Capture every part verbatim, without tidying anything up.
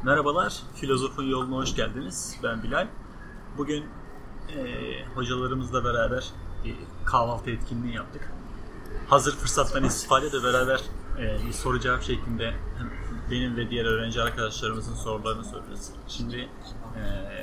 Merhabalar, Filozofun Yoluna hoş geldiniz. Ben Bilal. Bugün e, hocalarımızla beraber bir kahvaltı etkinliği yaptık. Hazır fırsattan istifade de beraber e, bir soru cevap şeklinde benim ve diğer öğrenci arkadaşlarımızın sorularını soruyoruz. Şimdi e,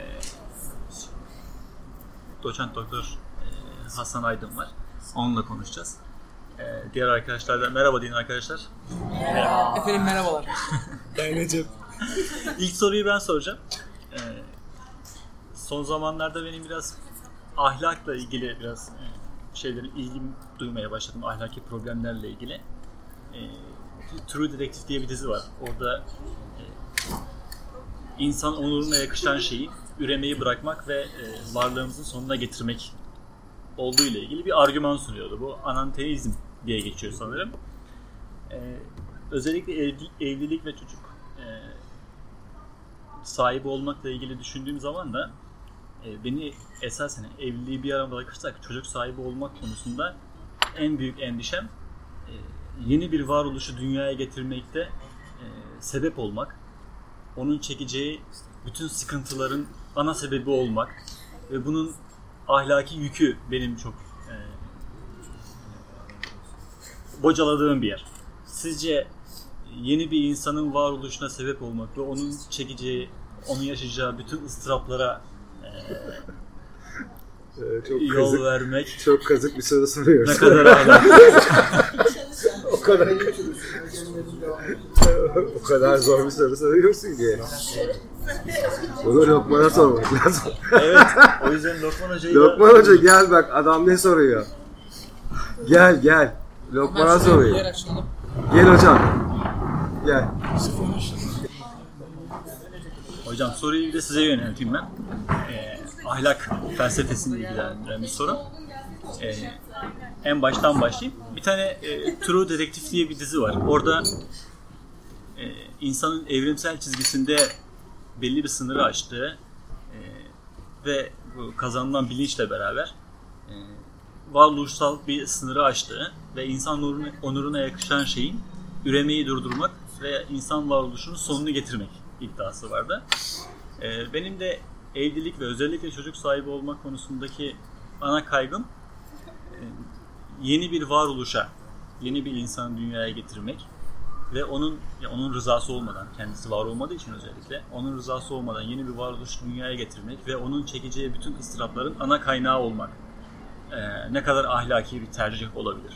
doçent doktor e, Hasan Aydın var. Onunla konuşacağız. E, diğer arkadaşlardan merhaba deyin arkadaşlar. Merhaba. Efendim merhabalar. Ben Recep. İlk soruyu ben soracağım. Ee, son zamanlarda benim biraz ahlakla ilgili biraz e, şeylerin ilgim duymaya başladım. Ahlaki problemlerle ilgili. E, True Detective diye bir dizi var. Orada e, insan onuruna yakışan şeyi üremeyi bırakmak ve e, varlığımızın sonuna getirmek olduğu ile ilgili bir argüman sunuyordu. Bu ananteizm diye geçiyor sanırım. E, özellikle evli, evlilik ve çocuk e, sahibi olmakla ilgili düşündüğüm zaman da e, beni esasen evliliği bir arada bırakırsak çocuk sahibi olmak konusunda en büyük endişem e, yeni bir varoluşu dünyaya getirmekte e, sebep olmak, onun çekeceği bütün sıkıntıların ana sebebi olmak ve bunun ahlaki yükü benim çok e, bocaladığım bir yer. Sizce yeni bir insanın varoluşuna sebep olmak ve onun çekeceği, onun yaşayacağı bütün ıstıraplara e, ee, çok yol kazık, vermek çok kazık bir soru soruyorsun. ne kadar ağır. o kadar o kadar zor bir soru soruyorsun ki. Bunu Lokman'a sormak lazım. Evet, o yüzden Lokman Hoca'yı Lokman Hoca gel bak, adam ne soruyor? Gel gel. Lokman'a soruyor. Gel hocam. Gel. Hocam soruyu bir de size yönelteyim ben. Ee, ahlak felsefesini ilgilendiren bir soru. Ee, en baştan başlayayım. Bir tane e, True Detective diye bir dizi var. Orada e, insanın evrimsel çizgisinde belli bir sınırı aştığı e, ve bu kazanılan bilinçle beraber e, varoluşsal bir sınırı aştığı ve insan onuruna, onuruna yakışan şeyin üremeyi durdurmak ve insan varoluşunun sonunu getirmek iddiası vardı. Ee, benim de evlilik ve özellikle çocuk sahibi olmak konusundaki ana kaygım e, yeni bir varoluşa, yeni bir insanı dünyaya getirmek ve onun ya onun rızası olmadan, kendisi var olmadığı için özellikle onun rızası olmadan yeni bir varoluş dünyaya getirmek ve onun çekeceği bütün ıstırapların ana kaynağı olmak e, ne kadar ahlaki bir tercih olabilir?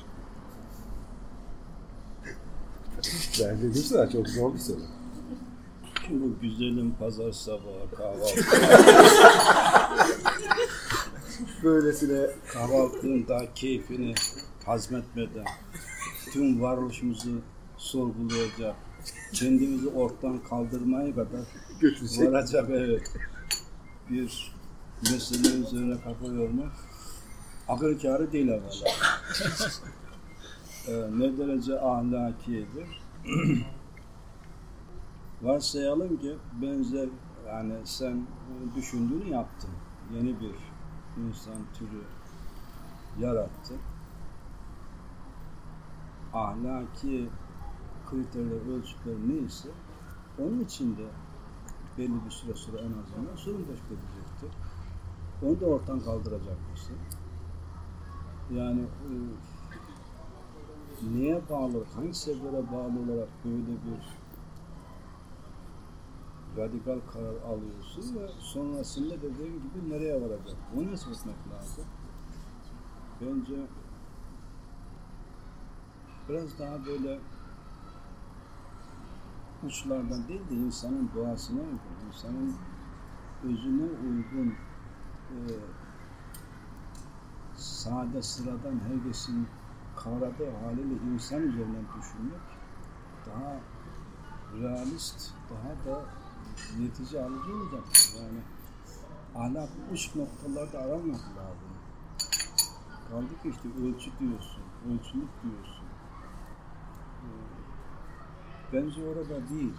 Ben dedim sana çok zor bir soru. Bu güzelim pazar sabahı kahvaltı. Böylesine Kahvaltının daha keyfini hazmetmeden tüm varoluşumuzu sorgulayacak, kendimizi ortadan kaldırmaya kadar götürecek. varacak evet. Bir mesele üzerine kafa yormak akıl kârı değil evvela. Ee, ne derece ahlakiyedir? Varsayalım ki benzer, yani sen düşündüğünü yaptın. Yeni bir insan türü yarattın. Ahlaki kriterler, ölçütler neyse onun içinde belli bir süre sonra en azından sorun teşkil edecektir. Onu da ortadan kaldıracak mısın? Yani e, neye bağlı, hangi sebeplere bağlı olarak böyle bir radikal karar alıyorsun ve sonrasında dediğim gibi nereye varacak? Bunu nasıl etmek lazım? Bence biraz daha böyle uçlardan değil de insanın doğasına uygun, insanın özüne uygun, e, sade sıradan herkesin kavradığı haliyle insan üzerinden düşünmek daha realist, daha da netice alıcı olacaktır. Yani ahlak uç noktalarda aramak lazım. Kaldı ki işte ölçü diyorsun, ölçülük diyorsun. Ee, bence orada değil.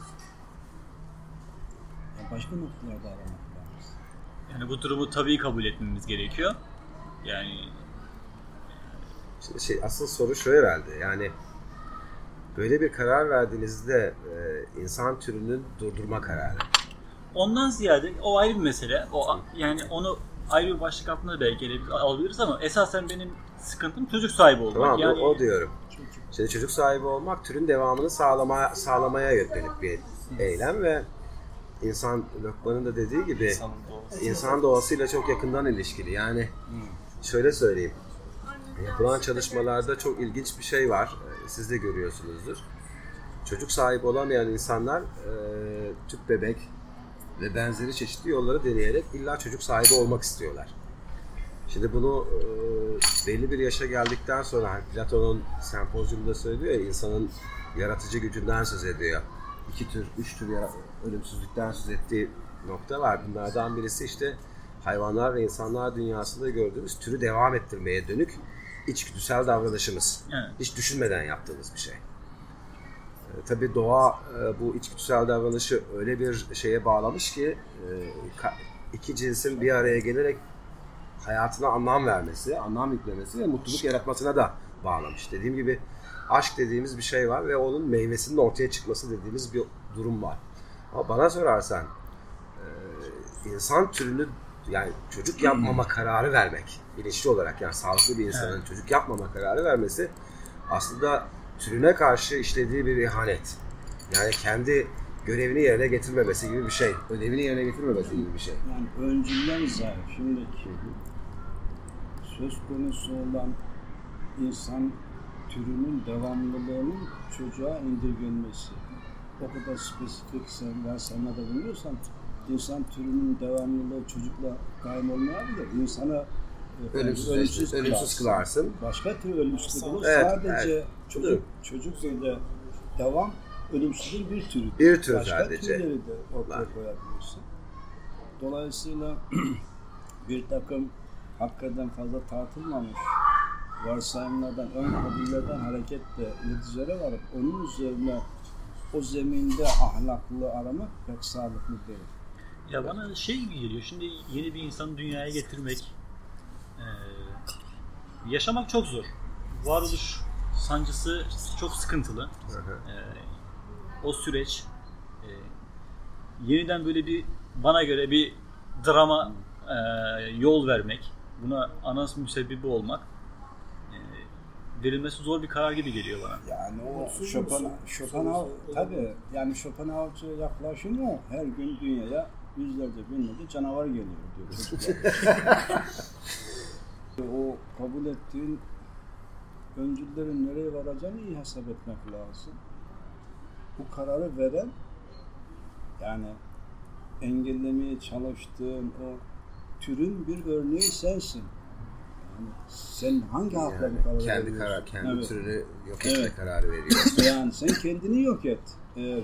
Yani başka noktalarda aramak lazım. Yani bu durumu tabii kabul etmemiz gerekiyor. Yani Şimdi şey, asıl soru şu herhalde, yani böyle bir karar verdiğinizde e, insan türünü durdurma kararı. ondan ziyade o ayrı bir mesele. O yani onu ayrı bir başlık altında belki gelebilir, alabiliriz ama esasen benim sıkıntım çocuk sahibi olmak. Tamam, yani, o, o diyorum. Şimdi çocuk sahibi olmak türün devamını sağlama, sağlamaya yönelik bir eylem ve insan, Lokman'ın da dediği gibi insan, doğası. insan doğasıyla çok yakından ilişkili. Yani şöyle söyleyeyim, yapılan çalışmalarda çok ilginç bir şey var, siz de görüyorsunuzdur. Çocuk sahibi olamayan insanlar e, tüp bebek ve benzeri çeşitli yolları deneyerek illa çocuk sahibi olmak istiyorlar. Şimdi bunu e, belli bir yaşa geldikten sonra hani Platon'un sempozyumunda söylüyor ya, insanın yaratıcı gücünden söz ediyor. İki tür, üç tür ölümsüzlükten söz ettiği nokta var. Bunlardan birisi işte hayvanlar ve insanlar dünyasında gördüğümüz türü devam ettirmeye dönük içgüdüsel davranışımız. Evet. Hiç düşünmeden yaptığımız bir şey. E, tabii doğa e, bu içgüdüsel davranışı öyle bir şeye bağlamış ki e, iki cinsin bir araya gelerek hayatına anlam vermesi, anlam yüklemesi ve mutluluk yaratmasına da bağlamış. Dediğim gibi aşk dediğimiz bir şey var ve onun meyvesinin ortaya çıkması dediğimiz bir durum var. Ama bana sorarsan insan türünü yani çocuk yapmama kararı vermek, bilinçli olarak yani sağlıklı bir insanın evet. çocuk yapmama kararı vermesi aslında türüne karşı işlediği bir ihanet. Yani kendi görevini yerine getirmemesi gibi bir şey. Ödevini yerine getirmemesi gibi bir şey. Yani öncünden zaten şimdiki söz konusu olan insan türünün devamlılığının çocuğa indirgenmesi. O kadar spesifik sen varsayımda da bulunuyorsan insan türünün devamlılığı çocukla kaim olmayabilir. İnsana ölümsüz, ölümsüz, ölümsüz kılarsın. Başka tür ölümsüzlük olur. Evet, sadece evet. çocuk, çocuk ile devam ölümsüzlüğün bir türü. Bir tür Başka sadece. türleri de ortaya koyabilirsin. Dolayısıyla bir takım hakikaten fazla tartılmamış varsayımlardan, ön kabullerden hareketle neticelere varıp onun üzerine o zeminde ahlaklı aramak pek sağlıklı değil. Ya bana şey gibi geliyor, şimdi yeni bir insanı dünyaya getirmek, e, yaşamak çok zor. Varoluş sancısı çok sıkıntılı. Hı hı. E, o süreç e, yeniden böyle bir bana göre bir drama e, yol vermek, buna ana müsebbibi olmak e, verilmesi zor bir karar gibi geliyor bana. Yani o Chopin, Schopenhauer tabii yani Schopenhauer'cı yaklaşımı her gün dünyaya yüzlerce binlerce canavar geliyor diyor çocuklar. O kabul ettiğin öncüllerin nereye varacağını iyi hesap etmek lazım. Bu kararı veren yani engellemeye çalıştığın o türün bir örneği sensin. Yani sen hangi hakla yani bu kararı kendi veriyorsun? karar, kendi evet. türünü yok etme evet. kararı veriyor. Yani sen kendini yok et. Eğer e,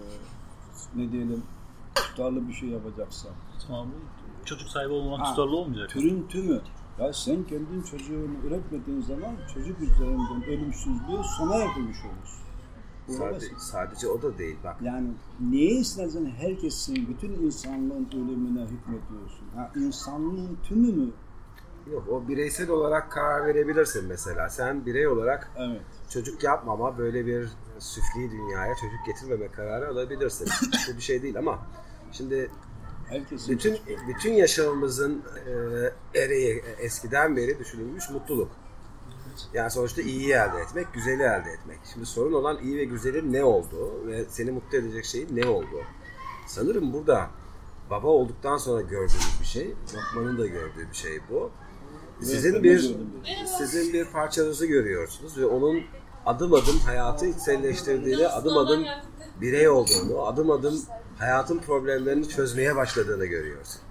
ne diyelim tutarlı bir şey yapacaksan. Tamam. Çocuk sahibi olmak ha, tutarlı olmayacak. Türün tümü. Ya sen kendin çocuğunu üretmediğin zaman çocuk üzerinden ölümsüzlüğü sona erdirmiş olursun. Sadece, sadece o da değil bak. Yani neye istinaden herkesin, bütün insanlığın ölümüne hükmediyorsun? Ha, insanlığın tümü mü? Yok, o bireysel olarak karar verebilirsin mesela. Sen birey olarak evet. çocuk yapmama, böyle bir süfli dünyaya çocuk getirmeme kararı alabilirsin. Bu bir şey değil ama şimdi herkesin bütün bütün yaşamımızın e, ereği eskiden beri düşünülmüş mutluluk. Yani sonuçta iyiyi elde etmek, güzeli elde etmek. Şimdi sorun olan iyi ve güzelin ne olduğu ve seni mutlu edecek şeyin ne olduğu. Sanırım burada baba olduktan sonra gördüğümüz bir şey, Lokman'ın da gördüğü bir şey bu. Sizin bir sizin bir parçanızı görüyorsunuz ve onun adım adım hayatı içselleştirdiğini, adım adım birey olduğunu, adım adım hayatın problemlerini çözmeye başladığını görüyorsun.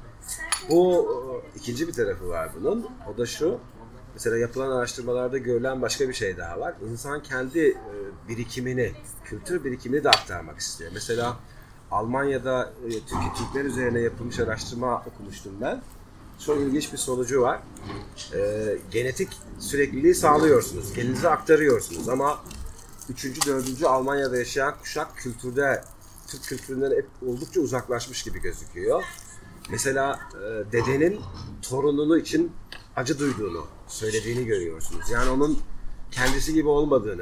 Bu ikinci bir tarafı var bunun. O da şu. Mesela yapılan araştırmalarda görülen başka bir şey daha var. İnsan kendi birikimini, kültür birikimini de aktarmak istiyor. Mesela Almanya'da Türkler üzerine yapılmış araştırma okumuştum ben. Çok ilginç bir sonucu var. E, genetik sürekliliği sağlıyorsunuz, geninize aktarıyorsunuz ama üçüncü, dördüncü Almanya'da yaşayan kuşak kültürde, Türk kültüründen hep oldukça uzaklaşmış gibi gözüküyor. Mesela e, dedenin torununu için acı duyduğunu söylediğini görüyorsunuz. Yani onun kendisi gibi olmadığını,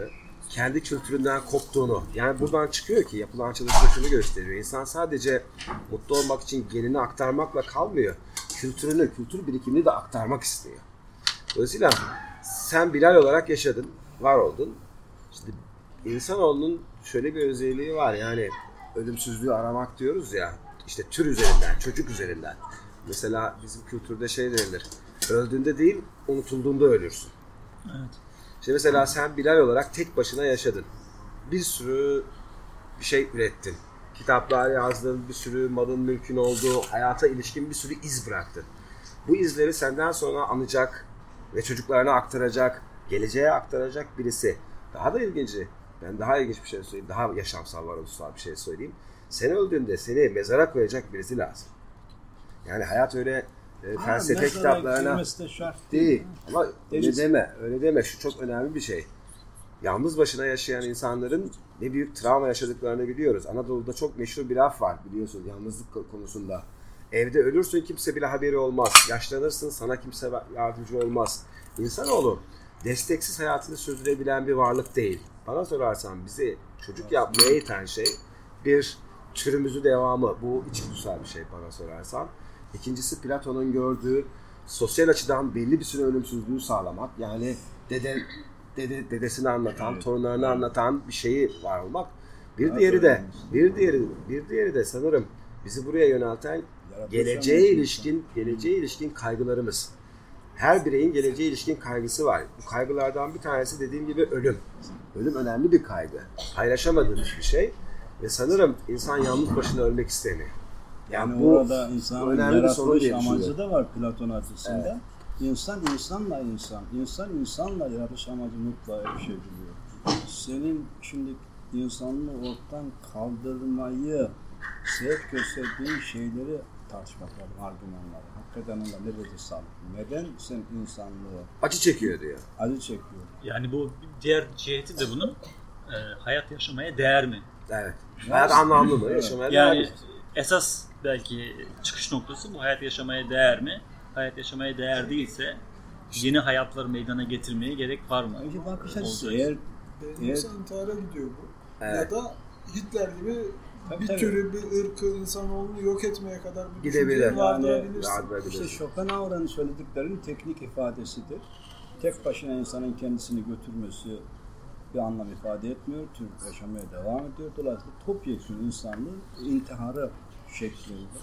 kendi kültüründen koptuğunu, yani buradan çıkıyor ki yapılan çalışma şunu gösteriyor. İnsan sadece mutlu olmak için genini aktarmakla kalmıyor. Kültürünü, kültür birikimini de aktarmak istiyor. Dolayısıyla sen Bilal olarak yaşadın, var oldun. İşte insanoğlunun şöyle bir özelliği var, yani ölümsüzlüğü aramak diyoruz ya, işte tür üzerinden, çocuk üzerinden. Mesela bizim kültürde şey denilir, öldüğünde değil, unutulduğunda ölürsün. Evet. Şimdi mesela sen Bilal olarak tek başına yaşadın. Bir sürü bir şey ürettin. Kitaplar yazdın, bir sürü malın mülkün oldu, hayata ilişkin bir sürü iz bıraktın. Bu izleri senden sonra anacak ve çocuklarına aktaracak, geleceğe aktaracak birisi. Daha da ilginci, ben daha ilginç bir şey söyleyeyim, daha yaşamsal, varoluşsal bir şey söyleyeyim. Sen öldüğünde seni mezara koyacak birisi lazım. Yani hayat öyle e, felsefe kitaplarına değil. Ama öyle deme, öyle deme. Şu çok önemli bir şey. Yalnız başına yaşayan insanların ne büyük travma yaşadıklarını biliyoruz. Anadolu'da çok meşhur bir laf var biliyorsun yalnızlık konusunda. Evde ölürsün, kimse bile haberi olmaz. Yaşlanırsın, sana kimse yardımcı olmaz. İnsanoğlu desteksiz hayatını sürdürebilen bir varlık değil. Bana sorarsan bizi çocuk yapmaya iten şey bir türümüzü devamı. Bu içgüdüsel bir şey bana sorarsan. İkincisi Platon'un gördüğü sosyal açıdan belli bir süre ölümsüzlüğü sağlamak. Yani dede, dede dedesini anlatan, evet, torunlarını anlatan bir şeyi var olmak. Bir evet, diğeri de bir diğeri bir diğeri de sanırım bizi buraya yönelten geleceğe ilişkin geleceğe ilişkin kaygılarımız. Her bireyin geleceğe ilişkin kaygısı var. Bu kaygılardan bir tanesi dediğim gibi ölüm. Ölüm önemli bir kaygı. Paylaşamadığımız bir şey ve sanırım insan yalnız başına ölmek istemiyor. Yani, yani bu orada insanın yaratılış amacı da var Platon açısından. Evet. İnsan insanla insan, insan insanla yaratılış amacı mutlaka bir şey biliyor. Senin şimdi insanlığı ortadan kaldırmayı sebep gösterdiğin şeyleri tartışmak lazım, argümanları. Hakikaten onlar ne dedi sağlıklı? Neden sen insanlığı acı çekiyor diyor. Acı çekiyor. Yani bu diğer ciheti de bunun e, hayat yaşamaya değer mi? Evet. Hayat anlamlı mı? Yaşamaya değer yani mi? Esas belki çıkış noktası bu, hayat yaşamaya değer mi? Hayat yaşamaya değer değilse yeni hayatları meydana getirmeye gerek var mı? Önce bakış açısı. Eğer, eğer intihara gidiyor bu. Evet. Ya da Hitler gibi tabii, bir tabii. türü, bir ırkı, insanoğlunu yok etmeye kadar bir gidebilir. Vardırabilirsin. Yani, işte Schopenhauer'ın söylediklerinin teknik ifadesidir. Tek başına insanın kendisini götürmesi bir anlam ifade etmiyor. Türk yaşamaya devam ediyor. Dolayısıyla topyekun insanlığın intiharı şeklinde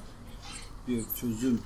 bir çözüm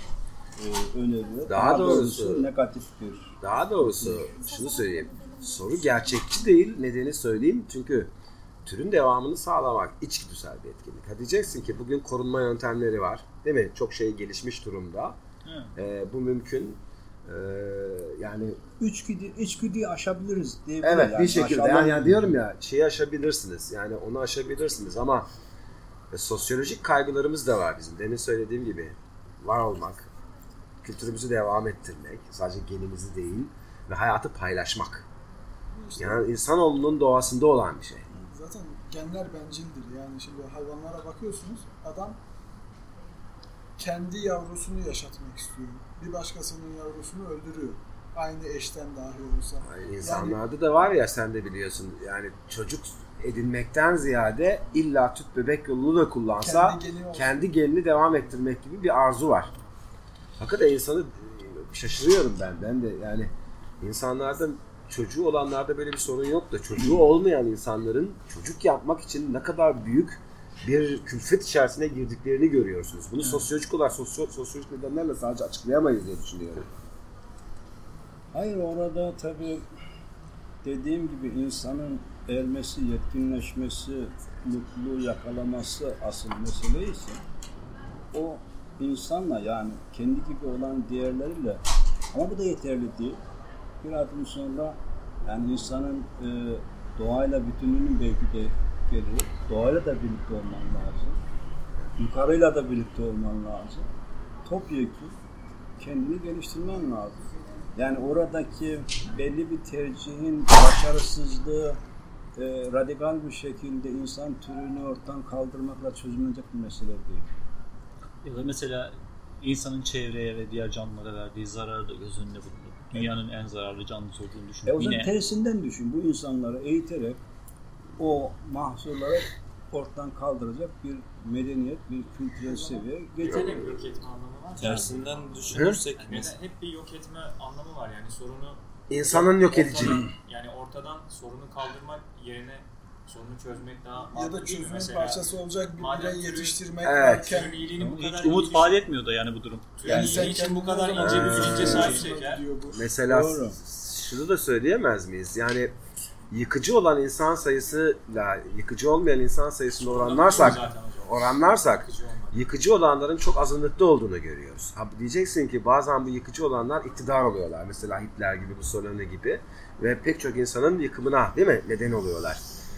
e, öneriyor. Daha, daha doğrusu, doğrusu negatif bir. Daha doğrusu şunu söyleyeyim. Soru gerçekçi değil. Nedeni söyleyeyim. Çünkü türün devamını sağlamak içgüdüsel bir etkinlik. Ha diyeceksin ki bugün korunma yöntemleri var. Değil mi? Çok şey gelişmiş durumda. Ee, bu mümkün. Ee, yani içgüdü, içgüdüyü aşabiliriz diye. Evet yani. bir şekilde. Yani, yani diyorum ya şeyi aşabilirsiniz. Yani onu aşabilirsiniz ama e, sosyolojik kaygılarımız da var bizim. Demin söylediğim gibi var olmak, kültürümüzü devam ettirmek, sadece genimizi değil ve hayatı paylaşmak. Yani insanoğlunun doğasında olan bir şey. Zaten genler bencildir. Yani şimdi hayvanlara bakıyorsunuz, adam kendi yavrusunu yaşatmak istiyor. Bir başkasının yavrusunu öldürüyor. Aynı eşten dahi olsa. Yani insanlarda yani, da var ya sen de biliyorsun. Yani çocuk edinmekten ziyade illa tüp bebek yolunu da kullansa kendi, geni kendi genini devam ettirmek gibi bir arzu var. Hakikaten insanı şaşırıyorum ben. Ben de yani insanlarda çocuğu olanlarda böyle bir sorun yok da çocuğu olmayan insanların çocuk yapmak için ne kadar büyük bir külfet içerisine girdiklerini görüyorsunuz. Bunu evet. sosyolojik olarak sosyo, sosyolojik nedenlerle sadece açıklayamayız diye düşünüyorum. Hayır orada tabii dediğim gibi insanın ermesi, yetkinleşmesi, mutluluğu yakalaması asıl mesele ise o insanla yani kendi gibi olan diğerleriyle ama bu da yeterli değil. Bir adım sonra yani insanın e, doğayla bütünlüğünün belki de gereği doğayla da birlikte olman lazım. Yukarıyla da birlikte olman lazım. Topyekun kendini geliştirmen lazım. Yani oradaki belli bir tercihin başarısızlığı e, radikal bir şekilde insan türünü ortadan kaldırmakla çözülecek bir mesele değil. Ya da mesela insanın çevreye ve diğer canlılara verdiği zararı da göz önünde bulundurup dünyanın en zararlı canlısı olduğunu E düşünüp o zaman yine tersinden düşün. Bu insanları eğiterek o mahsurları ortadan kaldıracak bir medeniyet, bir kültürel seviye getirelim. Yok etme anlamı var. Tersinden düşünürsek Hı? Mesela hep bir yok etme anlamı var yani sorunu İnsanın yok ediciliği. ortadan, yani ortadan sorunu kaldırmak yerine sorunu çözmek daha Ya mantıklı da değil mi? çözümün Mesela parçası olacak bir madem birey türün- yetiştirmek Evet. varken türün iyiliğini bu kadar hiç umut iyi vaat etmiyor da yani bu durum. türün iyiliği için bu kadar ince bir bilince sahipsek ya. Mesela Doğru. şunu da söyleyemez miyiz? Yani yıkıcı olan insan sayısıyla yıkıcı olmayan insan sayısını oranlarsak, Zaten hocam. oranlarsak Yıkıcı olmak. yıkıcı olanların çok azınlıkta olduğunu görüyoruz. Ha, diyeceksin ki bazen bu yıkıcı olanlar iktidar oluyorlar. Mesela Hitler gibi, Mussolini gibi ve pek çok insanın yıkımına, değil mi, neden oluyorlar.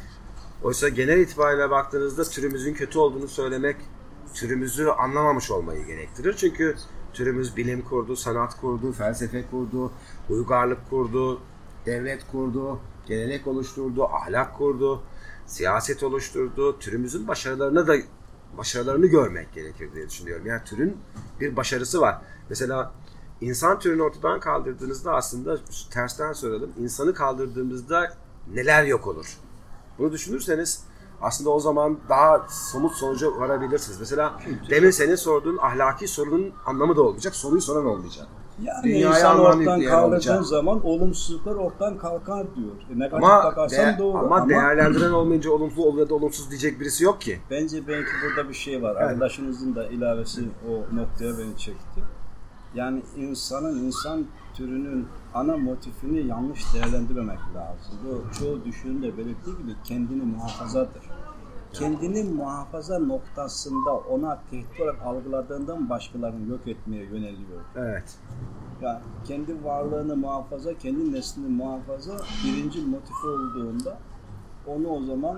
Oysa genel itibariyle baktığınızda türümüzün kötü olduğunu söylemek türümüzü anlamamış olmayı gerektirir. Çünkü türümüz bilim kurdu, sanat kurdu, felsefe kurdu, uygarlık kurdu, devlet kurdu, gelenek oluşturdu, ahlak kurdu, siyaset oluşturdu. Türümüzün başarılarını da başarılarını görmek gerekir diye düşünüyorum. Yani türün bir başarısı var. Mesela insan türünü ortadan kaldırdığınızda aslında tersten soralım. İnsanı kaldırdığımızda neler yok olur? Bunu düşünürseniz aslında o zaman daha somut sonuca varabilirsiniz. Mesela demin senin sorduğun ahlaki sorunun anlamı da olmayacak, soruyu soran olmayacak. Yani Dünyaya insan anlam ortadan yükleyen kaldırdığın olacak. zaman olumsuzluklar ortadan kalkar diyor. E, negatif Ama, bakarsan de- doğru. ama değerlendiren olmayınca olumlu oluyor da olumsuz diyecek birisi yok ki. Bence belki burada bir şey var. Evet. Arkadaşınızın da ilavesi o noktaya beni çekti. Yani insanın, insan türünün ana motifini yanlış değerlendirmemek lazım. Bu çoğu düşünün de belirttiği gibi kendini muhafazadır. Kendini muhafaza noktasında ona tehdit olarak algıladığından başkalarını yok etmeye yöneliyor. Evet. Yani kendi varlığını muhafaza, kendi neslini muhafaza birinci motifi olduğunda onu o zaman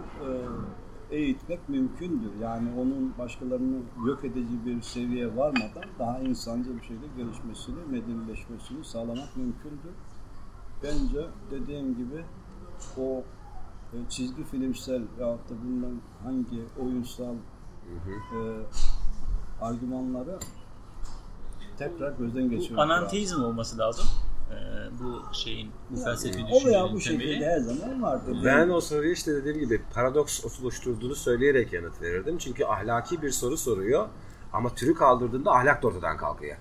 e, eğitmek mümkündür. Yani onun başkalarını yok edici bir seviyeye varmadan daha insancıl bir şekilde gelişmesini, medenileşmesini sağlamak mümkündür. Bence dediğim gibi o e, çizgi filmsel veyahut da bundan hangi oyunsal Hı hı. e, argümanları tekrar gözden geçirmek Bu ananteizm olması lazım. Ee, bu şeyin, bu felsefi O veya düşüncenin bu şekilde temeli. her zaman vardır. Ben o soruyu işte dediğim gibi paradoks oluşturduğunu söyleyerek yanıt verirdim. Çünkü ahlaki bir soru soruyor ama türü kaldırdığında ahlak da ortadan kalkıyor.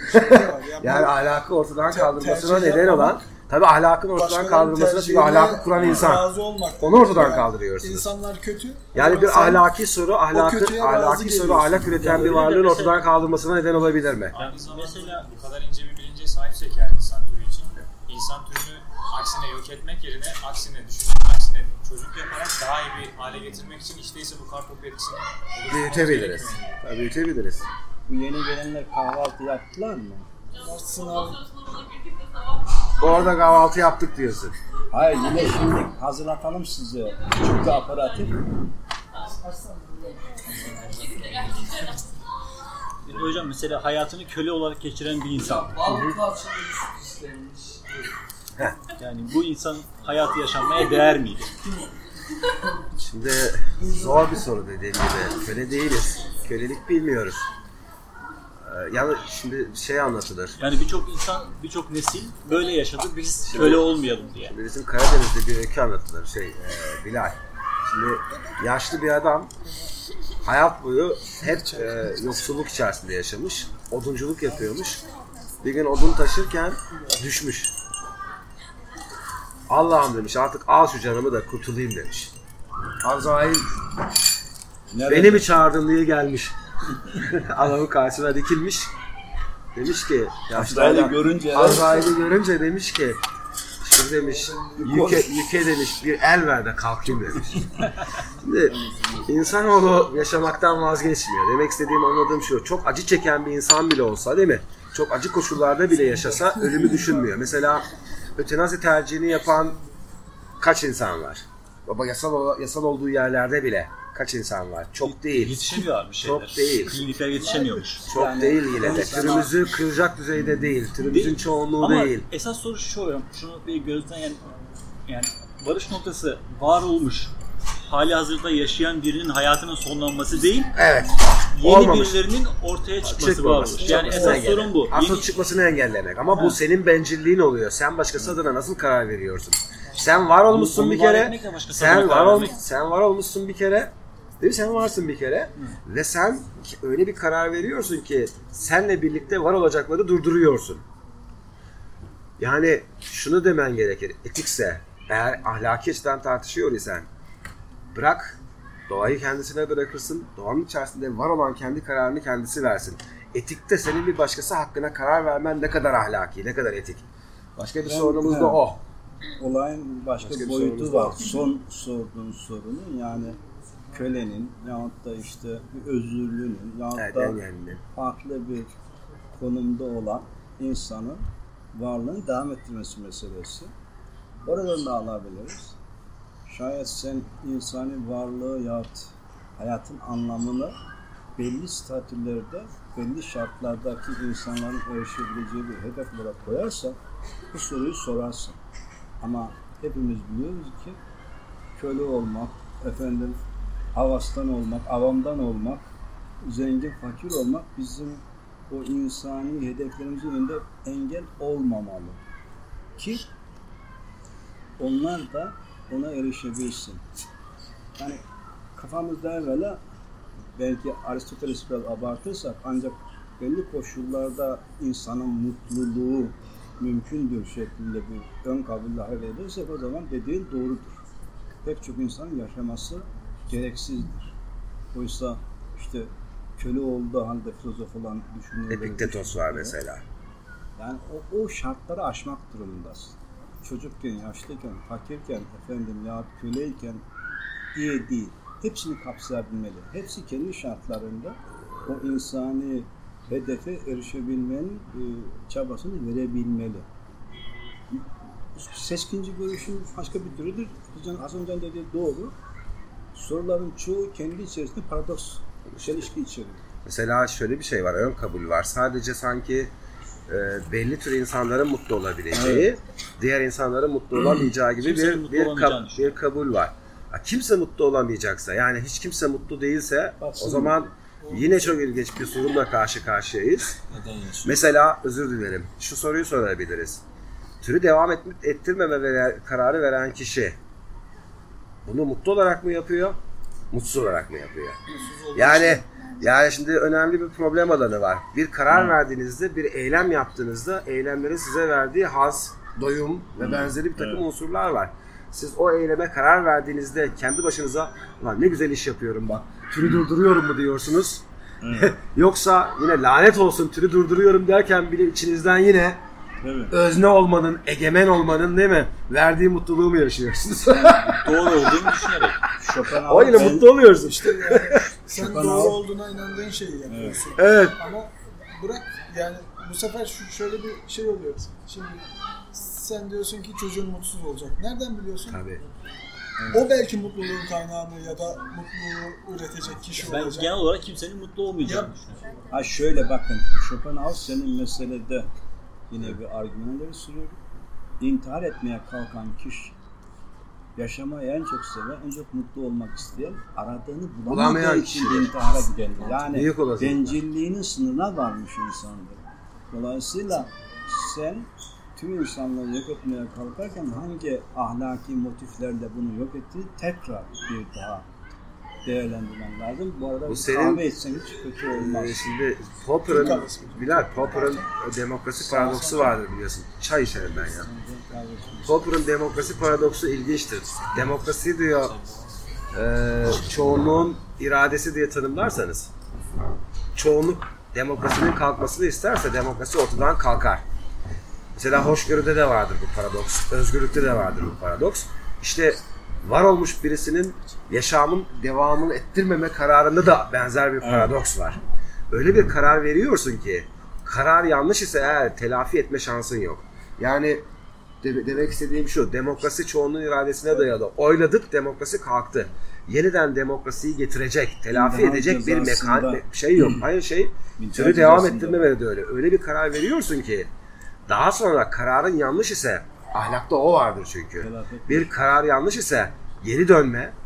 Yani ahlakı ortadan kaldırmasına neden olan, tabii ahlakın ortadan kaldırmasına çünkü ahlakı kuran insan. Onu ortadan kaldırıyorsunuz. İnsanlar kötü. Yani bir Sen ahlaki soru, ahlakı, kötüye razı ahlaki soru geliyorsun. ahlak üreten Yani bir öyle de varlığın mesela- ortadan kaldırmasına neden olabilir mi? Aynı zamanda Mesela- bu kadar ince bir bilince sahipsek yani insan türü için insan türünü aksine yok etmek yerine aksine düşünmek, aksine çocuk yaparak daha iyi bir hale getirmek için işte ise bu kartopu etkisini Büyütebiliriz. Tabii büyütebiliriz. Bu yeni gelenler kahvaltı yaptılar mı? sınav Orada kahvaltı yaptık diyorsun. Hayır, yine şimdi hazırlatalım size küçük bir aparatif. Hocam mesela hayatını köle olarak geçiren bir insan. Yani bu insan hayatı yaşanmaya değer miydi? Şimdi zor bir soru dediğim gibi. Köle değiliz. Kölelik bilmiyoruz. Ee, Yani şimdi şey anlatılır. Yani birçok insan, birçok nesil böyle yaşadı. Biz köle olmayalım diye. Şimdi bizim Karadeniz'de bir öykü anlatılır. Şey, e, Bilal. Şimdi yaşlı bir adam hayat boyu hep e, yoksulluk içerisinde yaşamış. Odunculuk yapıyormuş. Bir gün odun taşırken düşmüş. Allah'ım demiş, artık al şu canımı da kurtulayım demiş. Azrail Nerede? beni mi çağırdın diye gelmiş. Adamın karşısına dikilmiş. Demiş ki yaşlı Azrail'i adam, görünce- Azrail'i görünce demiş ki şimdi demiş yüke, yüke demiş bir el ver de kalkayım demiş. Şimdi insanoğlu yaşamaktan vazgeçmiyor. Demek istediğim, anladığım şu. Çok acı çeken bir insan bile olsa, değil mi? Çok acı koşullarda bile yaşasa ölümü düşünmüyor. Mesela ötenazi tercihini yapan kaç insan var? Baba yasal yasal olduğu yerlerde bile kaç insan var? Çok değil. Yetişemiyor bir şeyler. Çok değil. Klinikler yetişemiyormuş. Çok Yani değil yine de. insana- Türümüzü kıracak düzeyde değil. Türümüzün Değil. çoğunluğu Ama değil. esas soru şu hocam, şunu bir gözden yani, yani varış noktası var olmuş hali hazırda yaşayan birinin hayatının sonlanması değil, Evet. yeni Olmamış. birilerinin ortaya çıkması Çıkmaması. bağlı. Yani Çıkmasını esas sorun bu. Aslında Yeni- çıkmasını engellemek. Ama Ha. bu senin bencilliğin oluyor. Sen başkası adına nasıl karar veriyorsun? Sen var olmuşsun Onu bir var kere. etmekle başkası Sen adına var karar olmuş, vermek. sen var olmuşsun bir kere. Değil mi? Sen varsın bir kere. Ve sen öyle bir karar veriyorsun ki senle birlikte var olacakları durduruyorsun. Yani şunu demen gerekir. Etikse, eğer ahlaki açıdan tartışıyor isen bırak, doğayı kendisine bırakırsın. Doğanın içerisinde var olan kendi kararını kendisi versin. Etikte senin bir başkası hakkına karar vermen ne kadar ahlaki, ne kadar etik. Başka bir Ben- sorunumuz evet. da o. Olayın başka, Başka bir boyutu sorunuz var. var. Son sorduğun sorunun yani kölenin yahut da işte bir özürlünün yahut Evet, da en önemli. farklı bir konumda olan insanın varlığını devam ettirmesi meselesi. Oradan da alabiliriz. Şayet sen insani varlığı yahut hayatın anlamını belli statülerde, belli şartlardaki insanların erişebileceği bir hedef olarak koyarsan bu soruyu sorarsın. Ama hepimiz biliyoruz ki köle olmak, efendim havastan olmak, avamdan olmak, zengin, fakir olmak bizim o insani hedeflerimizin önünde engel olmamalı. Ki onlar da ona erişebilsin. Yani kafamızda evvela belki Aristoteles biraz abartırsak ancak belli koşullarda insanın mutluluğu mümkündür şeklinde bir ön kabulle hareket edersek o zaman dediğin doğrudur. Pek çok insanın yaşaması gereksizdir. Oysa işte köle olduğu halde filozof olan düşünürler. Epiktetos var mesela. Yani o, o şartları aşmak durumundasın. Çocukken, yaşlıyken, fakirken, efendim ya köleyken diye değil. Hepsini kapsayabilmeli. Hepsi kendi şartlarında o insani hedefe erişebilmenin e, çabasını verebilmeli. Seçkinci görüşün başka bir türüdür. Az önce dediği doğru. Soruların çoğu kendi içerisinde paradoks, çelişki içeriyor. Mesela şöyle bir şey var, ön kabul var. Sadece sanki e, belli tür insanların mutlu olabileceği, evet. diğer insanların mutlu olamayacağı gibi Kimsenin bir mutlu bir, olamayacağını kab- bir kabul var. Ha, kimse mutlu olamayacaksa, yani hiç kimse mutlu değilse Baksana. o zaman yine çok ilginç bir sorunla karşı karşıyayız. Neden yaşıyor? Mesela özür dilerim, şu soruyu sorabiliriz. Türü devam et, ettirmeme veren, kararı veren kişi bunu mutlu olarak mı yapıyor, mutsuz olarak mı yapıyor? Yani yani şimdi önemli bir problem alanı var. Bir karar hmm. verdiğinizde, bir eylem yaptığınızda eylemlerin size verdiği haz, doyum ve hmm. benzeri bir takım evet. unsurlar var. Siz o eyleme karar verdiğinizde kendi başınıza "Ulan ne güzel iş yapıyorum bak, türü durduruyorum mu?" diyorsunuz. Hmm. Yoksa yine lanet olsun türü durduruyorum derken bile içinizden yine evet. özne olmanın, egemen olmanın değil mi? Verdiği mutluluğu mu yaşıyorsunuz? Doğru olduğunu düşünerek. O yine ben... mutlu oluyoruz işte. Yani sen doğru olduğuna inandığın şeyi yapıyorsun. Evet. Ama bırak yani bu sefer şu, şöyle bir şey oluyor. Şimdi sen diyorsun ki çocuğun mutsuz olacak. Nereden biliyorsun? Tabii. O belki mutluluğun kaynağını ya da mutluluğu üretecek kişi ben olacak. Ben genel olarak kimsenin mutlu olmayacağını ya, düşünüyorum. Ha şöyle bakın, Schopenhauer senin meselede yine bir argümanları sürüyor. İntihar etmeye kalkan kişi yaşamayı en çok seven, en çok mutlu olmak isteyen, aradığını bulamadığı için intihara gidendir. Yani bencilliğinin sınırına varmış insandır. Dolayısıyla sen tüm insanları yok etmeye kalkarken hangi ahlaki motiflerle bunu yok ettiği tekrar bir daha değerlendirmen lazım. Bu arada bu senin, kahve içsen hiç kötü olmaz. E, şimdi Popper'ın, Bilal, Popper'ın demokrasi paradoksu vardır biliyorsun. Çay içerim ben ya. Popper'ın demokrasi paradoksu ilginçtir. Demokrasi diyor, e, çoğunluğun iradesi diye tanımlarsanız, çoğunluk demokrasinin kalkmasını isterse demokrasi ortadan kalkar. Mesela hoşgörüde de vardır bu paradoks, özgürlükte de vardır bu paradoks. İşte var olmuş birisinin yaşamın devamını ettirmeme kararında da benzer bir paradoks var. Öyle bir karar veriyorsun ki karar yanlış ise eğer telafi etme şansın yok. Yani de- demek istediğim şu, demokrasi çoğunluğun iradesine dayalı. Oyladık, demokrasi kalktı. Yeniden demokrasiyi getirecek, telafi İntihar edecek bir mekan şey yok. Aynı şey türü devam ettirmemeli de öyle. Öyle bir karar veriyorsun ki daha sonra kararın yanlış ise, ahlakta o vardır çünkü. Bir karar yanlış ise geri dönme,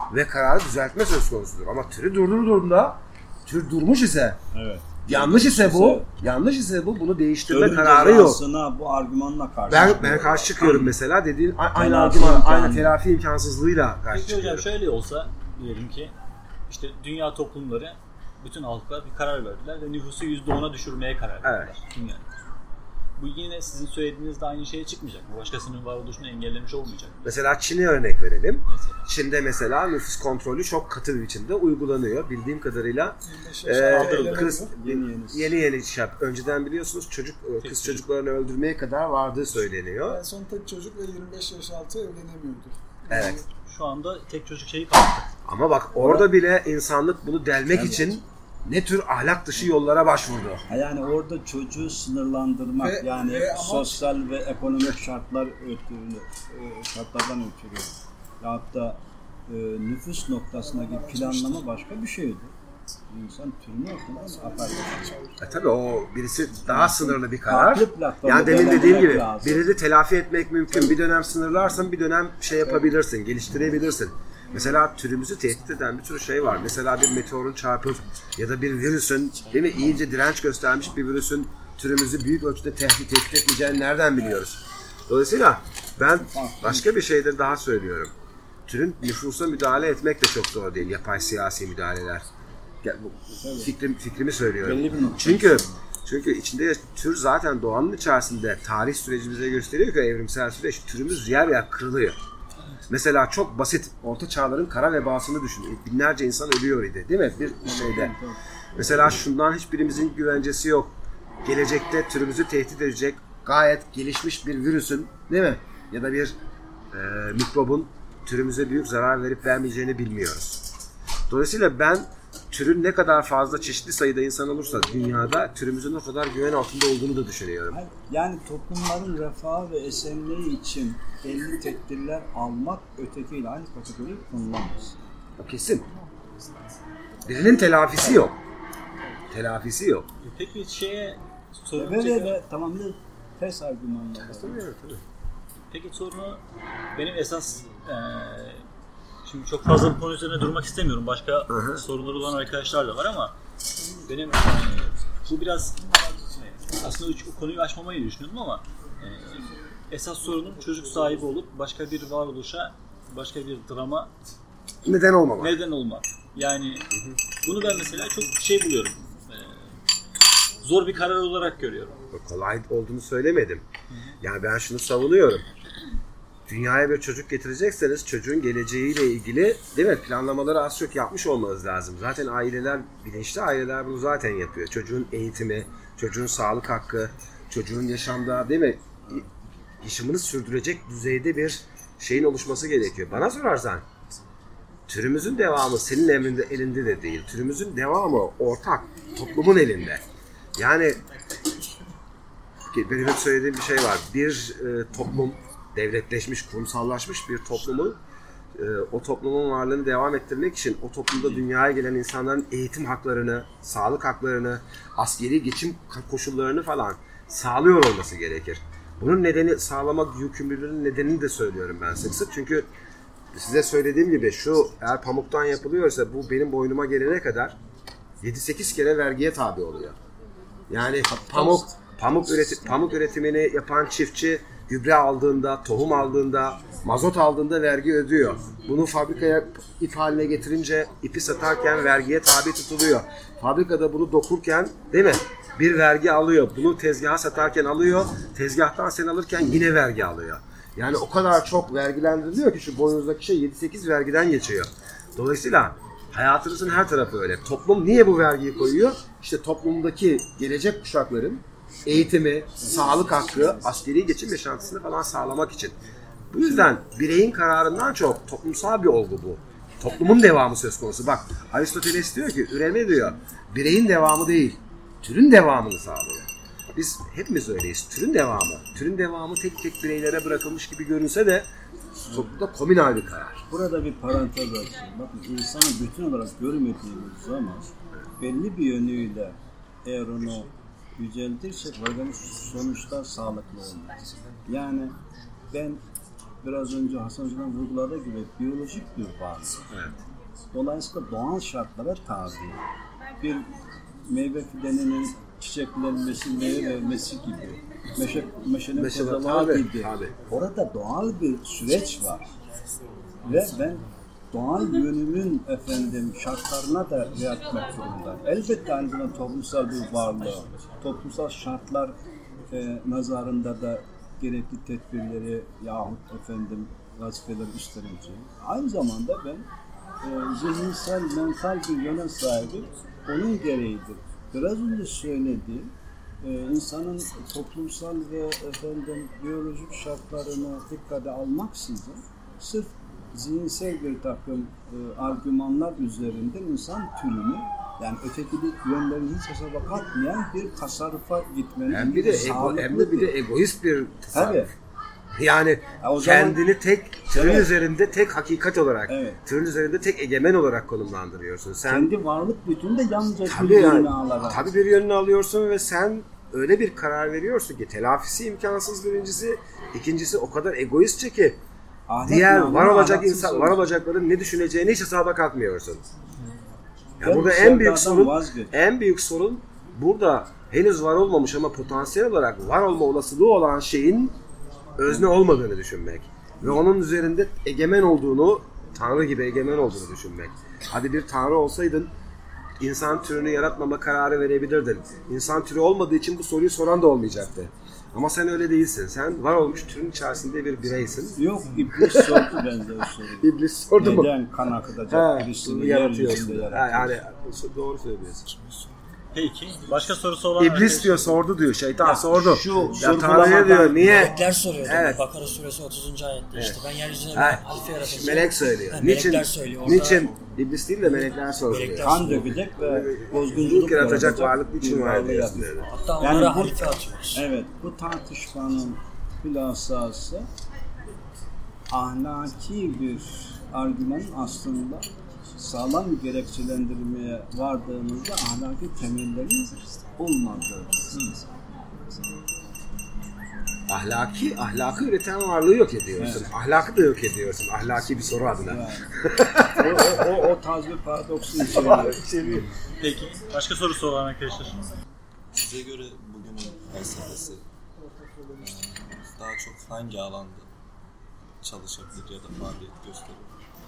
ve kararı düzeltme söz konusudur. Ama türü durdurduğunda, tür durmuş ise, evet. yanlış ise bu, yanlış ise bu, bunu değiştirme kararı yok. Bu argümanla karşı Ben ben karşı çıkıyorum mesela dediğin aynı Telafi argüman, imkanı. aynı telafi imkansızlığıyla karşı Peki hocam çıkıyorum. şöyle olsa diyelim ki işte dünya toplumları, bütün halklar bir karar verdiler ve nüfusu yüzde ona düşürmeye karar verdiler. Evet. Dünya nüfusu. Bu yine sizin söylediğinizde aynı şeye çıkmayacak. Bu başkasının varoluşunu engellemiş olmayacak. Mesela Çin'e örnek verelim. Mesela. Çin'de mesela nüfus kontrolü çok katı bir biçimde uygulanıyor. Bildiğim kadarıyla yirmi beş yaş altı e, kız Yeni yeni. yeni yeni şey, önceden biliyorsunuz çocuk kız çocuk. çocuklarını öldürmeye kadar vardığı söyleniyor. En son tek çocuk ve yirmi beş yaş altı evlenemiyordu. Evet. Şu anda tek çocuk şeyi kalktı. Ama bak orada bile insanlık bunu delmek için ne tür ahlak dışı yollara başvurdu. Yani orada çocuğu sınırlandırmak Ve- yani ve ama- sosyal ve ekonomik şartlar ötürü, e, şartlardan ötürü yahut da e, nüfus noktasındaki planlama başka bir şeydi. İnsan türünü ortadan atar. E tabii o birisi daha sınırlı bir karar. Farklı platformu Yani demin dediğim belirlemek gibi lazım. birini telafi etmek mümkün. Bir dönem sınırlarsın, bir dönem şey yapabilirsin, geliştirebilirsin. Mesela türümüzü tehdit eden bir sürü şey var. Mesela bir meteorun çarpıp ya da bir virüsün, değil mi, iyice direnç göstermiş bir virüsün türümüzü büyük ölçüde tehdit, tehdit etmeyeceğini nereden biliyoruz? Dolayısıyla ben başka bir şeydir daha söylüyorum. Türün nüfusa müdahale etmek de çok zor değil. Yapay siyasi müdahaleler. Ya, bu fikrim, fikrimi söylüyorum. Belli bir nokta. Çünkü çünkü içinde tür zaten doğanın içerisinde tarih süreci bize gösteriyor ki evrimsel süreç türümüz yer yer kırılıyor. Mesela çok basit orta çağların kara vebasını düşünün. Binlerce insan ölüyor idi değil mi? Bir şeyde. Mesela şundan hiçbirimizin güvencesi yok. Gelecekte türümüzü tehdit edecek gayet gelişmiş bir virüsün değil mi? Ya da bir e, mikrobun türümüze büyük zarar verip vermeyeceğini bilmiyoruz. Dolayısıyla ben türün ne kadar fazla çeşitli sayıda insan olursa dünyada türümüzün o kadar güven altında olduğunu da düşünüyorum. Yani toplumların refahı ve esenliği için belli tedbirler almak ötekiyle aynı kategoriyi kullanmaz. O kesin. Birinin telafisi yok. Telafisi yok. Peki şeye sorun Böyle tekrar- ve tamamıyla ters argümanlar. Peki sorunu benim esas eee şimdi çok fazla bu konu üzerine durmak istemiyorum. Başka hı. sorunları olan arkadaşlar da var ama benim eee, bu biraz aslında o konuyu açmamayı düşünüyordum ama eee, esas sorunum çocuk sahibi olup başka bir varoluşa, başka bir drama Neden olmamak? neden olmak. Yani bunu ben mesela çok şey buluyorum. Eee, zor bir karar olarak görüyorum. Kolay olduğunu söylemedim. Yani ben şunu savunuyorum. Dünyaya bir çocuk getirecekseniz çocuğun geleceğiyle ilgili değil mi planlamaları az çok yapmış olmanız lazım. Zaten aileler, bilinçli aileler bunu zaten yapıyor. Çocuğun eğitimi, çocuğun sağlık hakkı, çocuğun yaşamda değil mi yaşamını sürdürecek düzeyde bir şeyin oluşması gerekiyor. Bana sorarsan türümüzün devamı senin emrinde, elinde de değil. Türümüzün devamı ortak, toplumun elinde. Yani benim hep söylediğim bir şey var. Bir e, toplum, devletleşmiş, kurumsallaşmış bir toplumun e, o toplumun varlığını devam ettirmek için o toplumda dünyaya gelen insanların eğitim haklarını, sağlık haklarını, askeri geçim koşullarını falan sağlıyor olması gerekir. Bunun nedeni sağlamak yükümlülüğünün nedenini de söylüyorum ben sık sık. Çünkü size söylediğim gibi şu eğer pamuktan yapılıyorsa bu benim boynuma gelene kadar yedi sekiz kere vergiye tabi oluyor. Yani pamuk pamuk üretim pamuk üretimini yapan çiftçi gübre aldığında, tohum aldığında, mazot aldığında vergi ödüyor. Bunu fabrikaya ip haline getirince ipi satarken vergiye tabi tutuluyor. Fabrikada bunu dokurken değil mi? Bir vergi alıyor. Bunu tezgaha satarken alıyor. Tezgahtan sen alırken yine vergi alıyor. Yani o kadar çok vergilendiriliyor ki şu boynunuzdaki şey yedi sekiz vergiden geçiyor. Dolayısıyla hayatınızın her tarafı öyle. Toplum niye bu vergiyi koyuyor? İşte toplumdaki gelecek kuşakların eğitimi, sağlık hakkı, askeri geçim yaşantısını falan sağlamak için. Bu yüzden bireyin kararından çok toplumsal bir olgu bu. Toplumun devamı söz konusu. Bak Aristoteles diyor ki üreme diyor bireyin devamı değil, türün devamını sağlıyor. Biz hepimiz öyleyiz. Türün devamı. Türün devamı tek tek bireylere bırakılmış gibi görünse de toplumda komünal bir karar. Burada bir parantez açayım. Bakın insanı bütün olarak görmediğimiz zaman belli bir yönüyle eğer onu yüceltirsek organik sonuçlar sağlıklı olmaz. Yani ben biraz önce Hasan Hoca'nın vurguladığı gibi biyolojik bir varlık. Evet. Dolayısıyla doğal şartlara tabi. Bir meyve fidanının çiçeklenmesi, meyve vermesi gibi, meşe, meşenin Meşe- kozalağı tabii, gibi. tabii. Orada doğal bir süreç var. Ve ben doğal yönümün efendim şartlarına da riayet etmek zorundayım. Elbette aynı zamanda toplumsal bir varlığı, toplumsal şartlar e, nazarında da gerekli tedbirleri yahut efendim vazifeleri üstleneceğim. Aynı zamanda ben e, zihinsel, mental bir yöne sahibim. Onun gereğidir. Biraz önce söylediğim e, insanın toplumsal ve efendim biyolojik şartlarını dikkate almaksızın sırf zihinsel bir takım e, argümanlar üzerinden insan türünü yani ötekilik yönlerini hiç hesaba katmayan bir tasarrufa gitmenin Hem bir de ego, hem de bir de egoist bir tasarruf. Tabii. Yani Ya kendini zaman, tek türün evet. üzerinde tek hakikat olarak, evet. türün üzerinde tek egemen olarak konumlandırıyorsun. Sen kendi varlık bütünü de yalnızca tabii bir yönünü yani, alarak. tabii bir yönünü alıyorsun ve sen öyle bir karar veriyorsun ki telafisi imkansız birincisi, ikincisi o kadar egoistçe ki Ahlak diğer namına var olacak ahlaksız insan, olur. var olacakların ne düşüneceğini hiç hesaba katmıyorsun. Yani Ben burada bu en büyük sevdadan sorun, vazgeç. en büyük sorun burada henüz var olmamış ama potansiyel olarak var olma olasılığı olan şeyin özne olmadığını düşünmek ve onun üzerinde egemen olduğunu, Tanrı gibi egemen olduğunu düşünmek. Hadi bir Tanrı olsaydın insan türünü yaratmama kararı verebilirdin. İnsan türü olmadığı için bu soruyu soran da olmayacaktı. Ama sen öyle değilsin. Sen var olmuş türün içerisinde bir bireysin. Yok, iblis sordu benzer soruyu. İblis sordu mu? Neden kan akıtacak Ha, birisini yaratıyorsun. yeryüzünde Ha, yaratıyorsun? yani doğru söylüyorsun. Peki. Başka sorusu olan İblis diyor, sordu diyor. Şeytan sordu. şu Ya Tanrı'ya sorgulamadan- diyor, niye? Melekler soruyor. Evet. Bakara suresi otuzuncu ayette işte ben yeryüzüne bir Ha, halife yaratacağım. melek söylüyor. Ha, Niçin? melekler söylüyor. Orada Niçin? İblis değil de melekler soruyor. Melekler- Kan dökecek ve Bozgunculuk bozgunculuk yaratacak varlık niçin bir var varlığı diyorsun. yaratıyor. hatta Yani onlara bu- halife atıyoruz. Evet, bu tartışmanın hülasası ahlaki bir argümanın aslında sağlam gerekçelendirmeye vardığımızda ahlaki temellerin olmadığı. Ahlaki, ahlakı üreten varlığı yok ediyorsun. Evet. Ahlakı da yok ediyorsun. Ahlaki bir soru adına. Yani. o, o, o, o tarz bir paradoksu içeriyor. Peki. Başka sorusu olan arkadaşlar. Size göre bugünün felsefesi daha çok hangi alanda çalışabilir ya da faaliyet gösterir?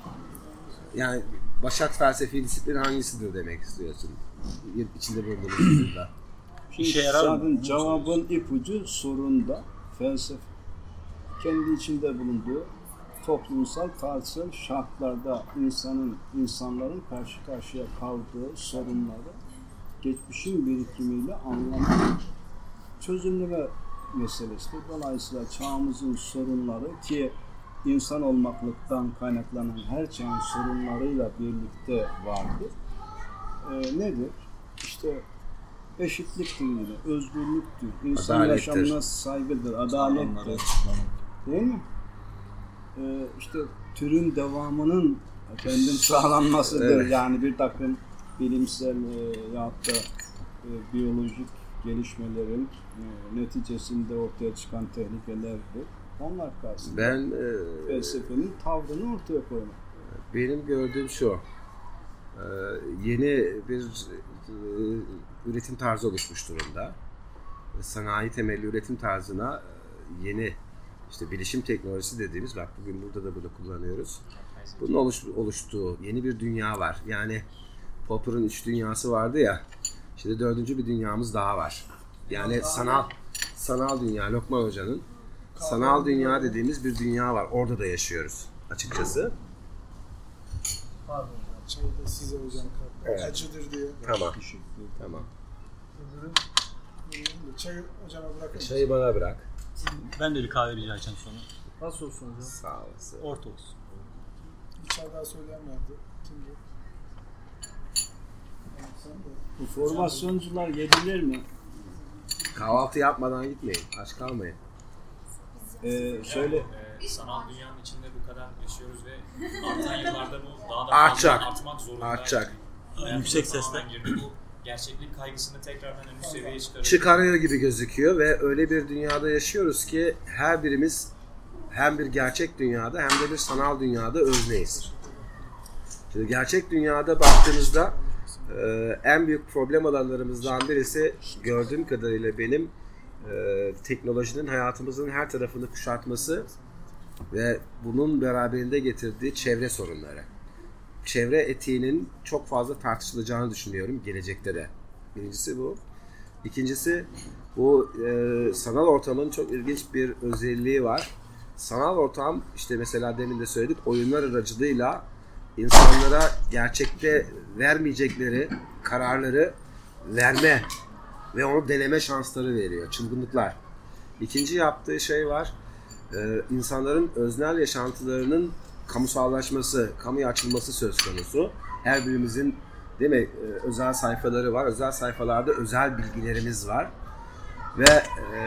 Yani başat felsefi disiplin hangisidir demek istiyorsun? İçinde bulunduğumuz durumda. Şimdi İşe yarar mı? zaten cevabın ipucu sorunda felsefe kendi içinde bulunduğu toplumsal tarihsel şartlarda insanın insanların karşı karşıya kaldığı sorunları geçmişin birikimiyle anlamak, çözümleme meselesidir. Dolayısıyla çağımızın sorunları ki insan olmaklıktan kaynaklanan her çağın sorunlarıyla birlikte vardır. Ee, nedir? İşte eşitliktir yine, özgürlüktür, insan Adalettir. yaşamına saygıdır, adalettir. Değil mi? Ee, işte türün devamının efendim sağlanmasıdır. Evet. Yani bir takım bilimsel e, yahut da e, biyolojik gelişmelerin e, neticesinde ortaya çıkan tehlikelerdir. Onlar karşısında Ben e, felsefenin tavrını ortaya koymak. benim gördüğüm şu. e, Yeni bir e, üretim tarzı oluşmuş durumda. Sanayi temelli üretim tarzına e, yeni işte bilişim teknolojisi dediğimiz, bak bugün burada da bunu kullanıyoruz. Bunun oluş, oluştuğu yeni bir dünya var. Yani Popper'ın üç dünyası vardı ya. Şimdi dördüncü bir dünyamız daha var. Yani sanal sanal dünya, Lokman Hoca'nın sanal dünya dediğimiz bir dünya var. Orada da yaşıyoruz açıkçası. Pardon hocam. Çayı da size hocam kalktı. Evet. Acıdır diye. Tamam. Tamam. Öbürün çayı hocama bırakın. Çayı bana bırak. Ben de bir kahve rica edeceğim sonra. Nasıl olsun hocam? Sağ olasın. Orta olsun. Bir çay daha söyleyen vardı. Kimdi? Bu formasyoncular yediler mi? Kahvaltı yapmadan gitmeyin. Aç kalmayın. Ee, şöyle e, sanal dünyanın içinde bu kadar yaşıyoruz ve artan yıllarda bu daha da Artacak. fazla artmak zorunda. Artacak. Hayatımıza Yüksek tamamen sesle. girdi. Bu gerçeklik kaygısını tekrardan en üst seviyeye çıkarıyor. Çıkarıyor gibi gözüküyor ve öyle bir dünyada yaşıyoruz ki her birimiz hem bir gerçek dünyada hem de bir sanal dünyada özneyiz. Şimdi gerçek dünyada baktığınızda e, en büyük problem alanlarımızdan birisi gördüğüm kadarıyla benim e, teknolojinin hayatımızın her tarafını kuşatması ve bunun beraberinde getirdiği çevre sorunları. Çevre etiğinin çok fazla tartışılacağını düşünüyorum gelecekte de. Birincisi bu. İkincisi bu e, sanal ortamın çok ilginç bir özelliği var. Sanal ortam işte mesela demin de söyledik oyunlar aracılığıyla insanlara gerçekte vermeyecekleri kararları verme ve onu deneme şansları veriyor. Çılgınlıklar. İkinci yaptığı şey var. Ee, insanların öznel yaşantılarının kamusallaşması, kamuya açılması söz konusu. Her birimizin değil mi, ee, özel sayfaları var. Özel sayfalarda özel bilgilerimiz var. Ve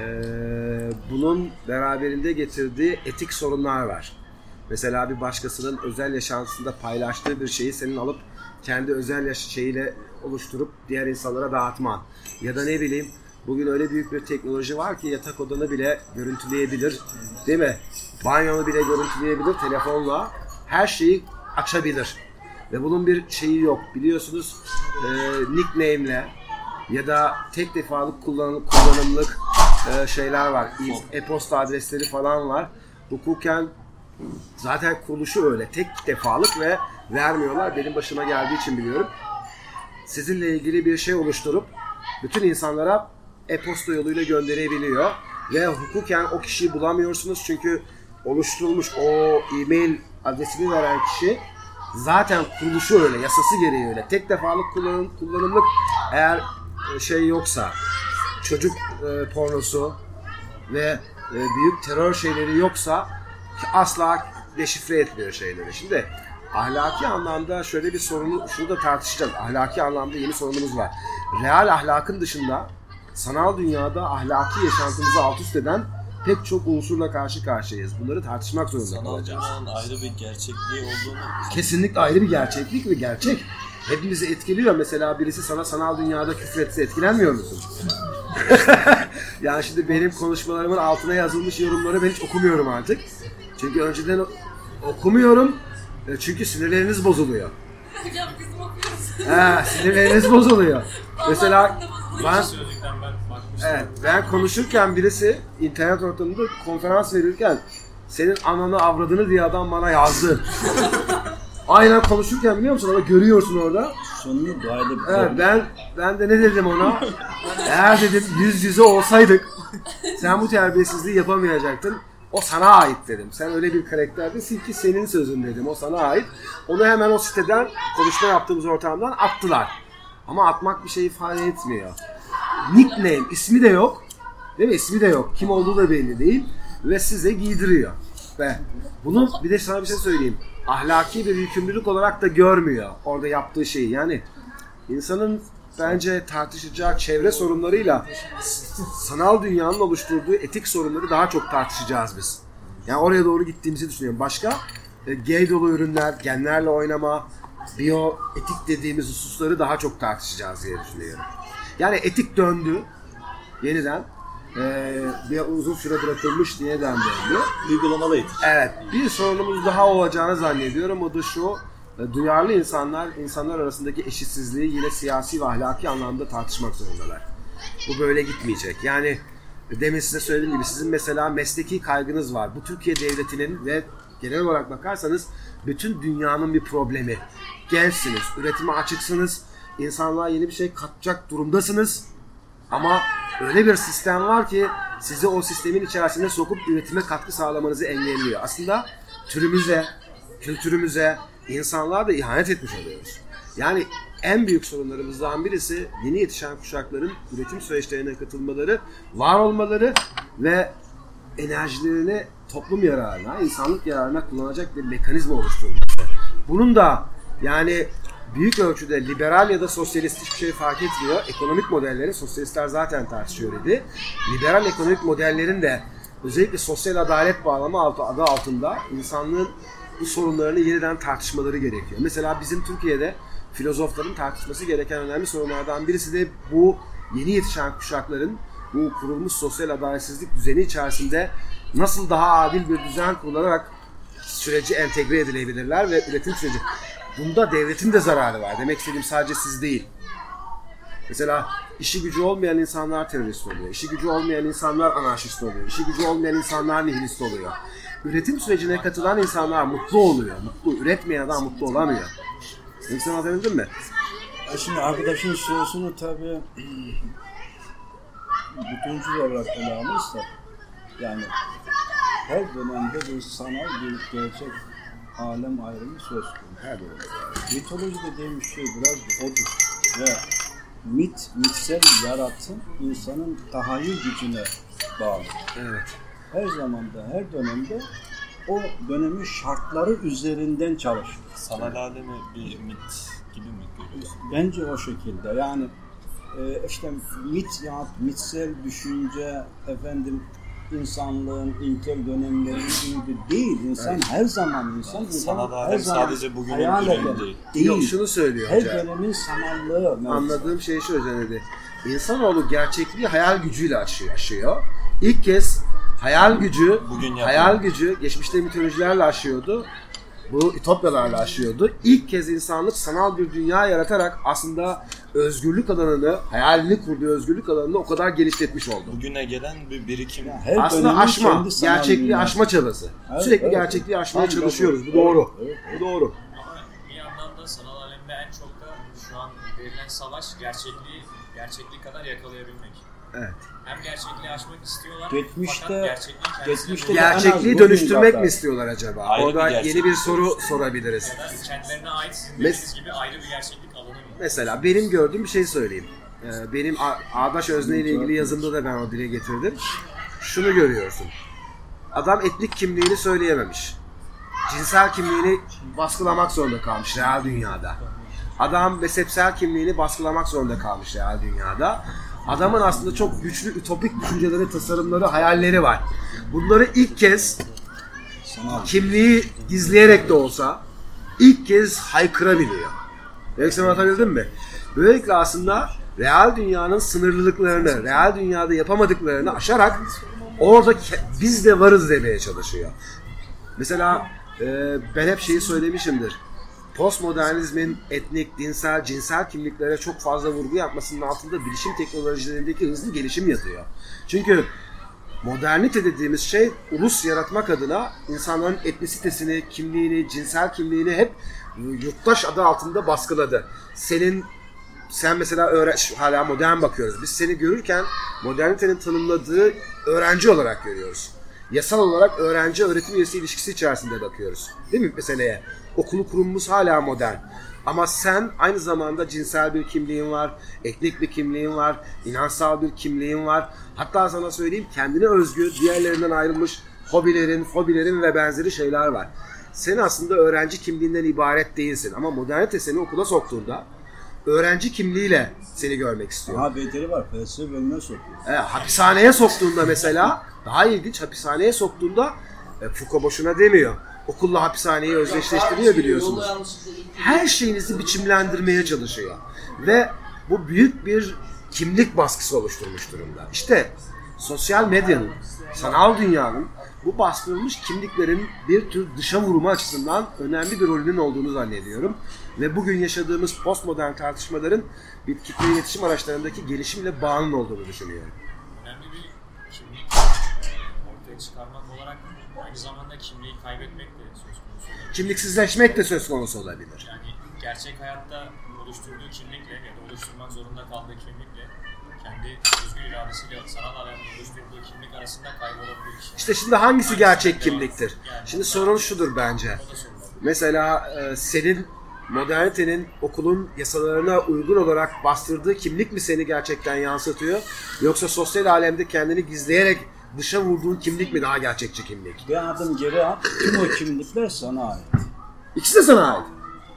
e, bunun beraberinde getirdiği etik sorunlar var. Mesela bir başkasının özel yaşantısında paylaştığı bir şeyi senin alıp kendi özel yaş- şeyiyle oluşturup diğer insanlara dağıtman. Ya da ne bileyim bugün öyle büyük bir teknoloji var ki yatak odanı bile görüntüleyebilir. Değil mi? Banyonu bile görüntüleyebilir telefonla. Her şeyi açabilir. Ve bunun bir şeyi yok. Biliyorsunuz e, nickname'le ya da tek defalık kullanım, kullanımlık e, şeyler var. E-posta adresleri falan var. Hukuken zaten kuruluşu öyle. Tek defalık ve vermiyorlar. Benim başıma geldiği için biliyorum. Sizinle ilgili bir şey oluşturup bütün insanlara e-posta yoluyla gönderebiliyor. Ve hukuken o kişiyi bulamıyorsunuz çünkü oluşturulmuş o e-mail adresini veren kişi zaten kuruluşu öyle, yasası gereği öyle. Tek defalık kullanım, kullanımlık eğer şey yoksa, çocuk e, pornosu ve e, büyük terör şeyleri yoksa asla deşifre etmiyor şeyleri. Şimdi ahlaki anlamda şöyle bir sorunu, şunu da tartışacağız. Ahlaki anlamda yeni sorunumuz var. Real ahlakın dışında sanal dünyada ahlaki yaşantımızı alt üst eden pek çok unsurla karşı karşıyayız. Bunları tartışmak zorunda Sanal kalacağız. dünyanın ayrı bir gerçekliği olduğunu... Kesinlikle ayrı bir gerçeklik ve gerçek. Hepimizi etkiliyor. Mesela birisi sana sanal dünyada küfür etse etkilenmiyor musun? Yani şimdi benim konuşmalarımın altına yazılmış yorumları ben hiç okumuyorum artık. Çünkü önceden okumuyorum. Çünkü sinirleriniz bozuluyor. Hocam bizim okuyoruz. He, sinirleriniz bozuluyor. Mesela ben, Sözlükten ben bakmıştım. evet, ben konuşurken birisi internet ortamında konferans verirken senin ananı avradını diye adam bana yazdı. Aynen konuşurken biliyor musun? Ama görüyorsun orada. Sonunu doğayla bir Evet, ben ben de ne dedim ona? Eğer dedim yüz yüze olsaydık sen bu terbiyesizliği yapamayacaktın. O sana ait dedim. Sen öyle bir karakterdesin ki senin sözün dedim. O sana ait. Onu hemen o siteden konuşma yaptığımız ortamdan attılar. Ama atmak bir şey ifade etmiyor. Nickname, ismi de yok. Değil mi? İsmi de yok. Kim olduğu da belli değil. Ve size giydiriyor. Ve bunu bir de sana bir şey söyleyeyim. Ahlaki bir yükümlülük olarak da görmüyor orada yaptığı şeyi. Yani insanın bence tartışacağı çevre sorunlarıyla sanal dünyanın oluşturduğu etik sorunları daha çok tartışacağız biz. Yani oraya doğru gittiğimizi düşünüyorum. Başka e, gay dolu ürünler, genlerle oynama, biyo etik dediğimiz hususları daha çok tartışacağız diye düşünüyorum. Yani etik döndü yeniden. Ee, bir uzun süre bırakılmış diye döndü. Uygulamalı etik. Evet. Bir sorunumuz daha olacağını zannediyorum. O da şu. Duyarlı insanlar, insanlar arasındaki eşitsizliği yine siyasi ve ahlaki anlamda tartışmak zorundalar. Bu böyle gitmeyecek. Yani demin size söylediğim gibi sizin mesela mesleki kaygınız var. Bu Türkiye Devleti'nin ve genel olarak bakarsanız bütün dünyanın bir problemi. Gençsiniz, üretime açıksınız, insanlığa yeni bir şey katacak durumdasınız. Ama öyle bir sistem var ki sizi o sistemin içerisine sokup üretime katkı sağlamanızı engelliyor. Aslında türümüze, kültürümüze, insanlığa da ihanet etmiş oluyoruz. Yani en büyük sorunlarımızdan birisi yeni yetişen kuşakların üretim süreçlerine katılmaları, var olmaları ve enerjilerini toplum yararına, insanlık yararına kullanacak bir mekanizma oluşturulması. Bunun da yani büyük ölçüde liberal ya da sosyalist hiçbir şey fark etmiyor. Ekonomik modelleri sosyalistler zaten tartışıyor idi. Liberal ekonomik modellerin de özellikle sosyal adalet bağlamı adı altında insanlığın bu sorunlarını yeniden tartışmaları gerekiyor. Mesela bizim Türkiye'de filozofların tartışması gereken önemli sorunlardan birisi de bu yeni yetişen kuşakların bu kurulmuş sosyal adaletsizlik düzeni içerisinde nasıl daha adil bir düzen kullanarak süreci entegre edilebilirler ve üretim süreci. Bunda devletin de zararı var. Demek istediğim sadece siz değil. Mesela işi gücü olmayan insanlar terörist oluyor. İşi gücü olmayan insanlar anarşist oluyor. İşi gücü olmayan insanlar nihilist oluyor. Üretim sürecine katılan insanlar mutlu oluyor. Mutlu. Üretmeyen adam mutlu olamıyor. İnsan anladın mı? Şimdi arkadaşın sorusunu tabii bütüncül olarak ele alırsak, yani her dönemde bir sanal bir gerçek alem ayrımı söz konusu. Her dönemde. Mitoloji dediğimiz şey biraz odur ve mit, mitsel yaratım insanın tahayyül gücüne bağlı. Evet. Her zamanda, her dönemde o dönemin şartları üzerinden çalışır. Sanal alemi bir mit gibi mi görüyorsun? Bence o şekilde. Yani e, işte mit ya mitsel düşünce, efendim insanlığın ilkel dönemleri gibi değil. İnsan evet. her zaman insan. Sanal her alem zaman sadece bugünün ürünü değil. değil. Yok, şunu söylüyor her hocam. dönemin sanallığı. Anladığım şey şu hocam dedi. İnsanoğlu gerçekliği hayal gücüyle aşıyor. İlk kez hayal gücü, Bugün hayal gücü geçmişte mitolojilerle aşıyordu. Bu ütopyalarla aşıyordu. İlk kez insanlık sanal bir dünya yaratarak aslında özgürlük alanını, hayalini kurduğu özgürlük alanını o kadar genişletmiş oldu. Bugüne gelen bir birikim. Her aslında aşma, gerçekliği dünya. aşma çabası. Evet, Sürekli evet, gerçekliği evet. aşmaya Tam çalışıyoruz. doğru. Bu doğru. Evet, Bu doğru. Ama bir yandan da sanal alemde en çok da şu an verilen savaş gerçekliği gerçekliği kadar yakalayabilmek. Evet. Hem gerçekliği aşmak istiyorlar Geçmişte- fakat gerçekliğin kendisine geçmişte- doğru- Gerçekliği bugün dönüştürmek zaten. mi istiyorlar acaba? Ayrı Orada bir yeni bir gerçeklik soru oluşturuyor. sorabiliriz. ya da kendilerine ait sizin Mes- dediğiniz gibi ayrı bir gerçeklik alanı mı? Mesela benim gördüğüm bir şey söyleyeyim. Ee, Benim A- Ağdaş Özne ile ilgili yazımda da ben o dile getirdim. Şunu görüyorsun. Adam etnik kimliğini söyleyememiş. Cinsel kimliğini baskılamak zorunda kalmış real dünyada. Adam mezhepsel kimliğini baskılamak zorunda kalmış real dünyada. Adamın aslında çok güçlü ütopik düşünceleri, tasarımları, hayalleri var. Bunları ilk kez kimliği gizleyerek de olsa ilk kez haykırabiliyor. Demek istediğimi anlatabildim mi? Böylelikle aslında real dünyanın sınırlılıklarını, real dünyada yapamadıklarını aşarak orada biz de varız demeye çalışıyor. Mesela e, ben hep şeyi söylemişimdir. Postmodernizmin etnik, dinsel, cinsel kimliklere çok fazla vurgu yapmasının altında bilişim teknolojilerindeki hızlı gelişim yatıyor. Çünkü modernite dediğimiz şey ulus yaratmak adına insanların etnisitesini, kimliğini, cinsel kimliğini hep yurttaş adı altında baskıladı. Senin sen mesela öğren, hala modern bakıyoruz. Biz seni görürken modernitenin tanımladığı öğrenci olarak görüyoruz. Yasal olarak öğrenci öğretim üyesi ilişkisi içerisinde bakıyoruz. Değil mi meseleye? Okulu kurumumuz hala modern. Ama sen aynı zamanda cinsel bir kimliğin var, etnik bir kimliğin var, inansal bir kimliğin var. Hatta sana söyleyeyim kendine özgü, diğerlerinden ayrılmış hobilerin, fobilerin ve benzeri şeyler var. Sen aslında öğrenci kimliğinden ibaret değilsin. Ama modernite seni okula soktuğunda öğrenci kimliğiyle seni görmek istiyor. Daha beteri var. Felsefe bölümüne sokuyor. E, hapishaneye soktuğunda mesela, daha ilginç hapishaneye soktuğunda e, Foucault boşuna demiyor. Okulla hapishaneyi özdeşleştiriyor biliyorsunuz. Her şeyinizi biçimlendirmeye çalışıyor. Ve bu büyük bir kimlik baskısı oluşturmuş durumda. İşte sosyal medyanın, sanal dünyanın bu bastırılmış kimliklerin bir tür dışa vurma açısından önemli bir rolünün olduğunu zannediyorum. Ve bugün yaşadığımız postmodern tartışmaların bir kitle iletişim araçlarındaki gelişimle bağının olduğunu düşünüyorum. Önemli bir kimlik ortaya çıkarmak olarak aynı zamanda kimliği kaybetmek de söz konusu olabilir. Kimliksizleşmek de söz konusu olabilir. Yani gerçek hayatta oluşturduğu kimlikle ya da oluşturmak zorunda kaldığı kimlikle kendi özgür iradesiyle sanal alemde oluşturduğu kimlik arasında kaybolabilir kişi. İşte şimdi hangisi Hangisi gerçek devam- kimliktir? Yani Şimdi sorun şudur bence. o da sorun. Mesela e, senin modernitenin okulun yasalarına uygun olarak bastırdığı kimlik mi seni gerçekten yansıtıyor? Yoksa sosyal alemde kendini gizleyerek dışa vurduğun kimlik mi daha gerçekçi kimlik? Bir adım geri at. Tüm o kimlikler sana ait. İkisi de sana ait.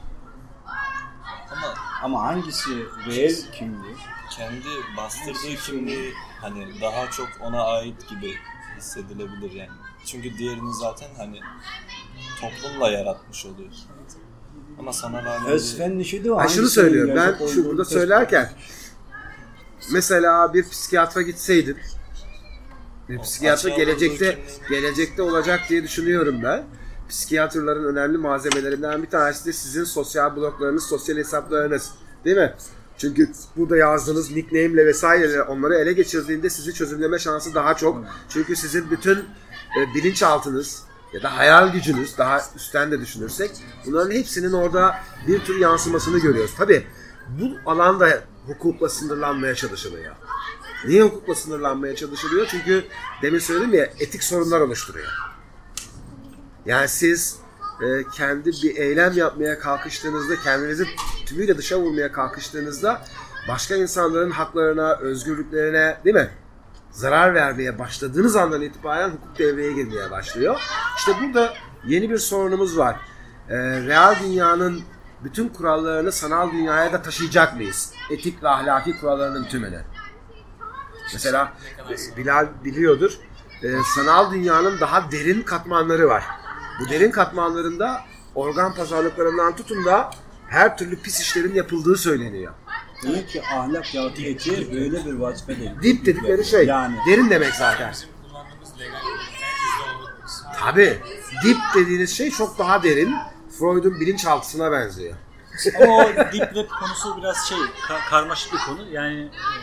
Ama Ama hangisi reel kimliği? kendi bastırdığı kimliği hani daha çok ona ait gibi hissedilebilir yani. Çünkü diğerini zaten hani toplumla yaratmış oluyor. Ama sanal alemde Özfenin işi de o. Ben şunu Hangisinin söylüyorum. Ben gerçek şu olduğunu burada tespit söylerken mesela bir psikiyatra gitseydin Bir psikiyatr gelecekte gelecekte olacak diye düşünüyorum ben. Psikiyatrların önemli malzemelerinden bir tanesi de sizin sosyal bloglarınız, sosyal hesaplarınız. Değil mi? Çünkü burada yazdığınız nickname'le vesaireyle onları ele geçirdiğinde sizi çözümleme şansı daha çok. Çünkü sizin bütün e, bilinçaltınız ya da hayal gücünüz, daha üstten de düşünürsek, bunların hepsinin orada bir tür yansımasını görüyoruz. Tabii bu alanda hukukla sınırlanmaya çalışılıyor. Niye hukukla sınırlanmaya çalışılıyor? Çünkü demin söyledim ya, etik sorunlar oluşturuyor. Yani siz e, kendi bir eylem yapmaya kalkıştığınızda, kendinizi tümüyle dışa vurmaya kalkıştığınızda başka insanların haklarına, özgürlüklerine, değil mi, zarar vermeye başladığınız andan itibaren hukuk devreye girmeye başlıyor. İşte burada yeni bir sorunumuz var. E, real dünyanın bütün kurallarını sanal dünyaya da taşıyacak mıyız? Etik ve ahlaki kurallarının tümünü. Mesela Bilal biliyordur, e, sanal dünyanın daha derin katmanları var. Bu derin katmanlarında organ pazarlıklarından tutun da her türlü pis işlerin yapıldığı söyleniyor. Demek ki ahlak yahut etiğe böyle bir vazife değil. Dip dedikleri şey, yani derin demek zaten. Bizim kullandığımız legal yüzde onluk kısmı. Tabii, dip dediğiniz şey çok daha derin. Freud'un bilinçaltısına benziyor. Ama o deep web konusu biraz şey, ka- karmaşık bir konu. Yani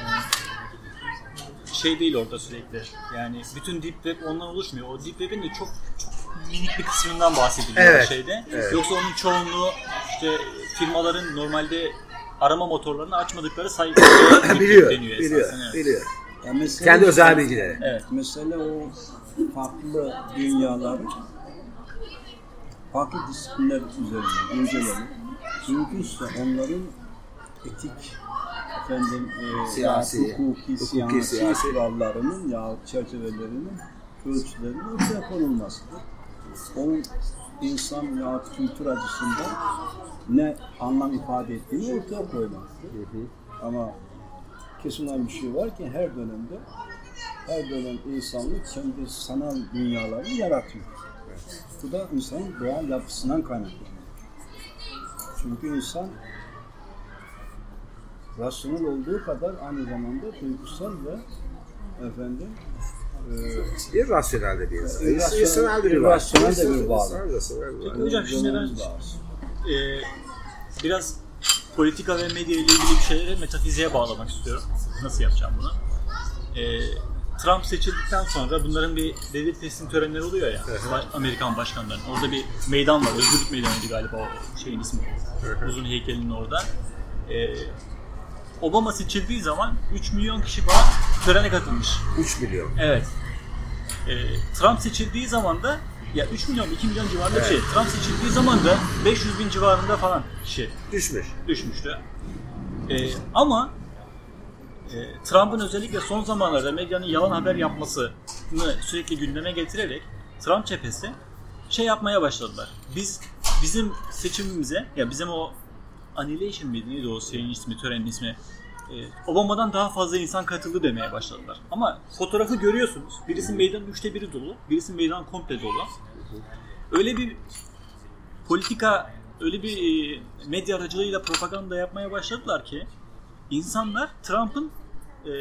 e, şey değil orada sürekli. Yani bütün deep web ondan oluşmuyor. O deep web'in de çok çok minik bir kısmından bahsediliyor evet, şeyde. Evet. Yoksa onun çoğunluğu işte firmaların normalde arama motorlarını açmadıkları sayfalara biliyor, deniyor biliyor, esasen. Evet. biliyor. Ya mesela, kendi özel bilgileri. Evet. Mesela o farklı dünyaların farklı disiplinler üzerinde incelenip mümkünse onların etik, efendim, e, siyasi, hukuki, hukuki, siyasi, siyasi kurallarının ya çerçevelerinin, ölçülerinin ortaya konulmasıdır. Onun insan ya kültür açısından ne anlam ifade ettiğini ortaya koymaktır. Ama kesin olan bir şey var ki her dönemde her dönem insanlık kendi sanal dünyalarını yaratıyor. Bu da insanın doğal yapısından kaynaklanıyor. Çünkü insan rasyonel olduğu kadar aynı zamanda duygusal ve efendim e, irrasyonel de bir insan. irrasyonel de bir irrasyonel de bir varlık. Peki hocam şimdi ben e, biraz politika ve medya ile ilgili bir şeyleri metafiziğe bağlamak istiyorum. Nasıl yapacağım bunu? E, Trump seçildikten sonra bunların bir devlet teslim törenleri oluyor ya, Amerikan başkanlarının. Orada bir meydan var, Özgürlük Meydanı'ydı galiba o şeyin ismi. Uzun heykelinin orada. Ee, Obama seçildiği zaman üç milyon kişi falan törene katılmış. üç milyon. Evet. Ee, Trump seçildiği zaman da ya üç milyon, iki milyon civarında evet. bir şey. Trump seçildiği zaman da beş yüz bin civarında falan kişi. Düşmüş. Düşmüştü. Ee, ama Trump'ın özellikle son zamanlarda medyanın yalan haber yapmasını sürekli gündeme getirerek Trump cephesi şey yapmaya başladılar. Biz bizim seçimimize, ya bizim o Annihilation miydi neydi o şeyin ismi, törenin ismi, Obama'dan daha fazla insan katıldı demeye başladılar. Ama fotoğrafı görüyorsunuz. Birisi meydanın üçte biri dolu, birisi meydan komple dolu. Öyle bir politika, öyle bir medya aracılığıyla propaganda yapmaya başladılar ki İnsanlar Trump'ın e,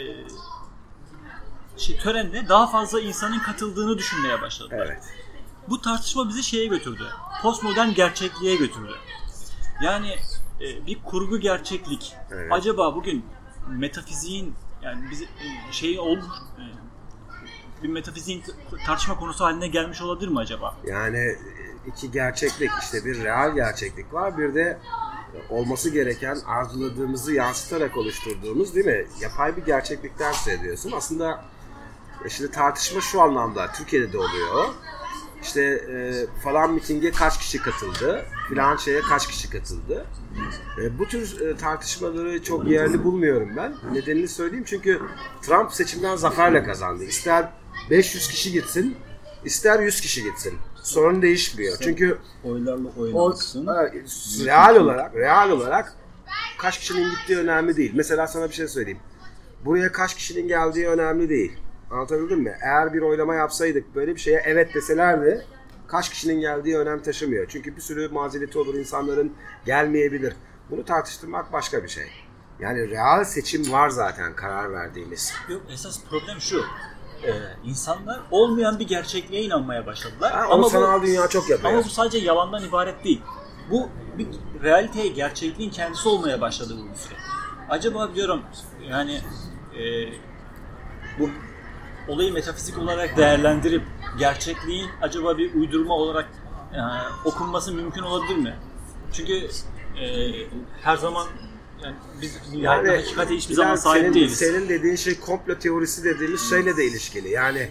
şey, törenine daha fazla insanın katıldığını düşünmeye başladılar. Evet. Bu tartışma bizi şeye götürdü. Postmodern gerçekliğe götürdü. Yani e, bir kurgu gerçeklik. Evet. Acaba bugün metafiziğin yani bizi e, şey olmuş e, bir metafiziğin tartışma konusu haline gelmiş olabilir mi acaba? Yani iki gerçeklik, işte bir real gerçeklik var, bir de olması gereken, arzuladığımızı yansıtarak oluşturduğumuz, değil mi, yapay bir gerçeklikten söz ediyorsun. Aslında şimdi tartışma şu anlamda Türkiye'de de oluyor. İşte e, falan mitinge kaç kişi katıldı, filan şeye kaç kişi katıldı. E, bu tür e, tartışmaları çok yerli bulmuyorum ben. Nedenini söyleyeyim, çünkü Trump seçimden zaferle kazandı. İster beş yüz kişi gitsin, ister yüz kişi gitsin. Sorun değişmiyor. Çünkü oylarla oynarsın. O, real olarak, real olarak kaç kişinin gittiği önemli değil. Mesela sana bir şey söyleyeyim. Buraya kaç kişinin geldiği önemli değil. Anlatabildim mi? Eğer bir oylama yapsaydık, böyle bir şeye evet deselerdi, kaç kişinin geldiği önem taşımıyor. Çünkü bir sürü mazereti olur, insanların gelmeyebilir. Bunu tartıştırmak başka bir şey. Yani real seçim var zaten, karar verdiğimiz. Yok, esas problem şu. e, insanlar olmayan bir gerçekliğe inanmaya başladılar. Ha, ama onu sanal bu, dünya çok yapıyor. Ama bu sadece yalandan ibaret değil. Bu bir realiteye, gerçekliğin kendisi olmaya başladı bu süre. Acaba diyorum yani e, bu olayı metafizik olarak değerlendirip gerçekliğin acaba bir uydurma olarak yani, okunması mümkün olabilir mi? Çünkü e, her zaman yani biz yani hakikate hiçbir zaman sahip senin, değiliz. Senin dediğin şey komplo teorisi dediğimiz şeyle de ilişkili. Yani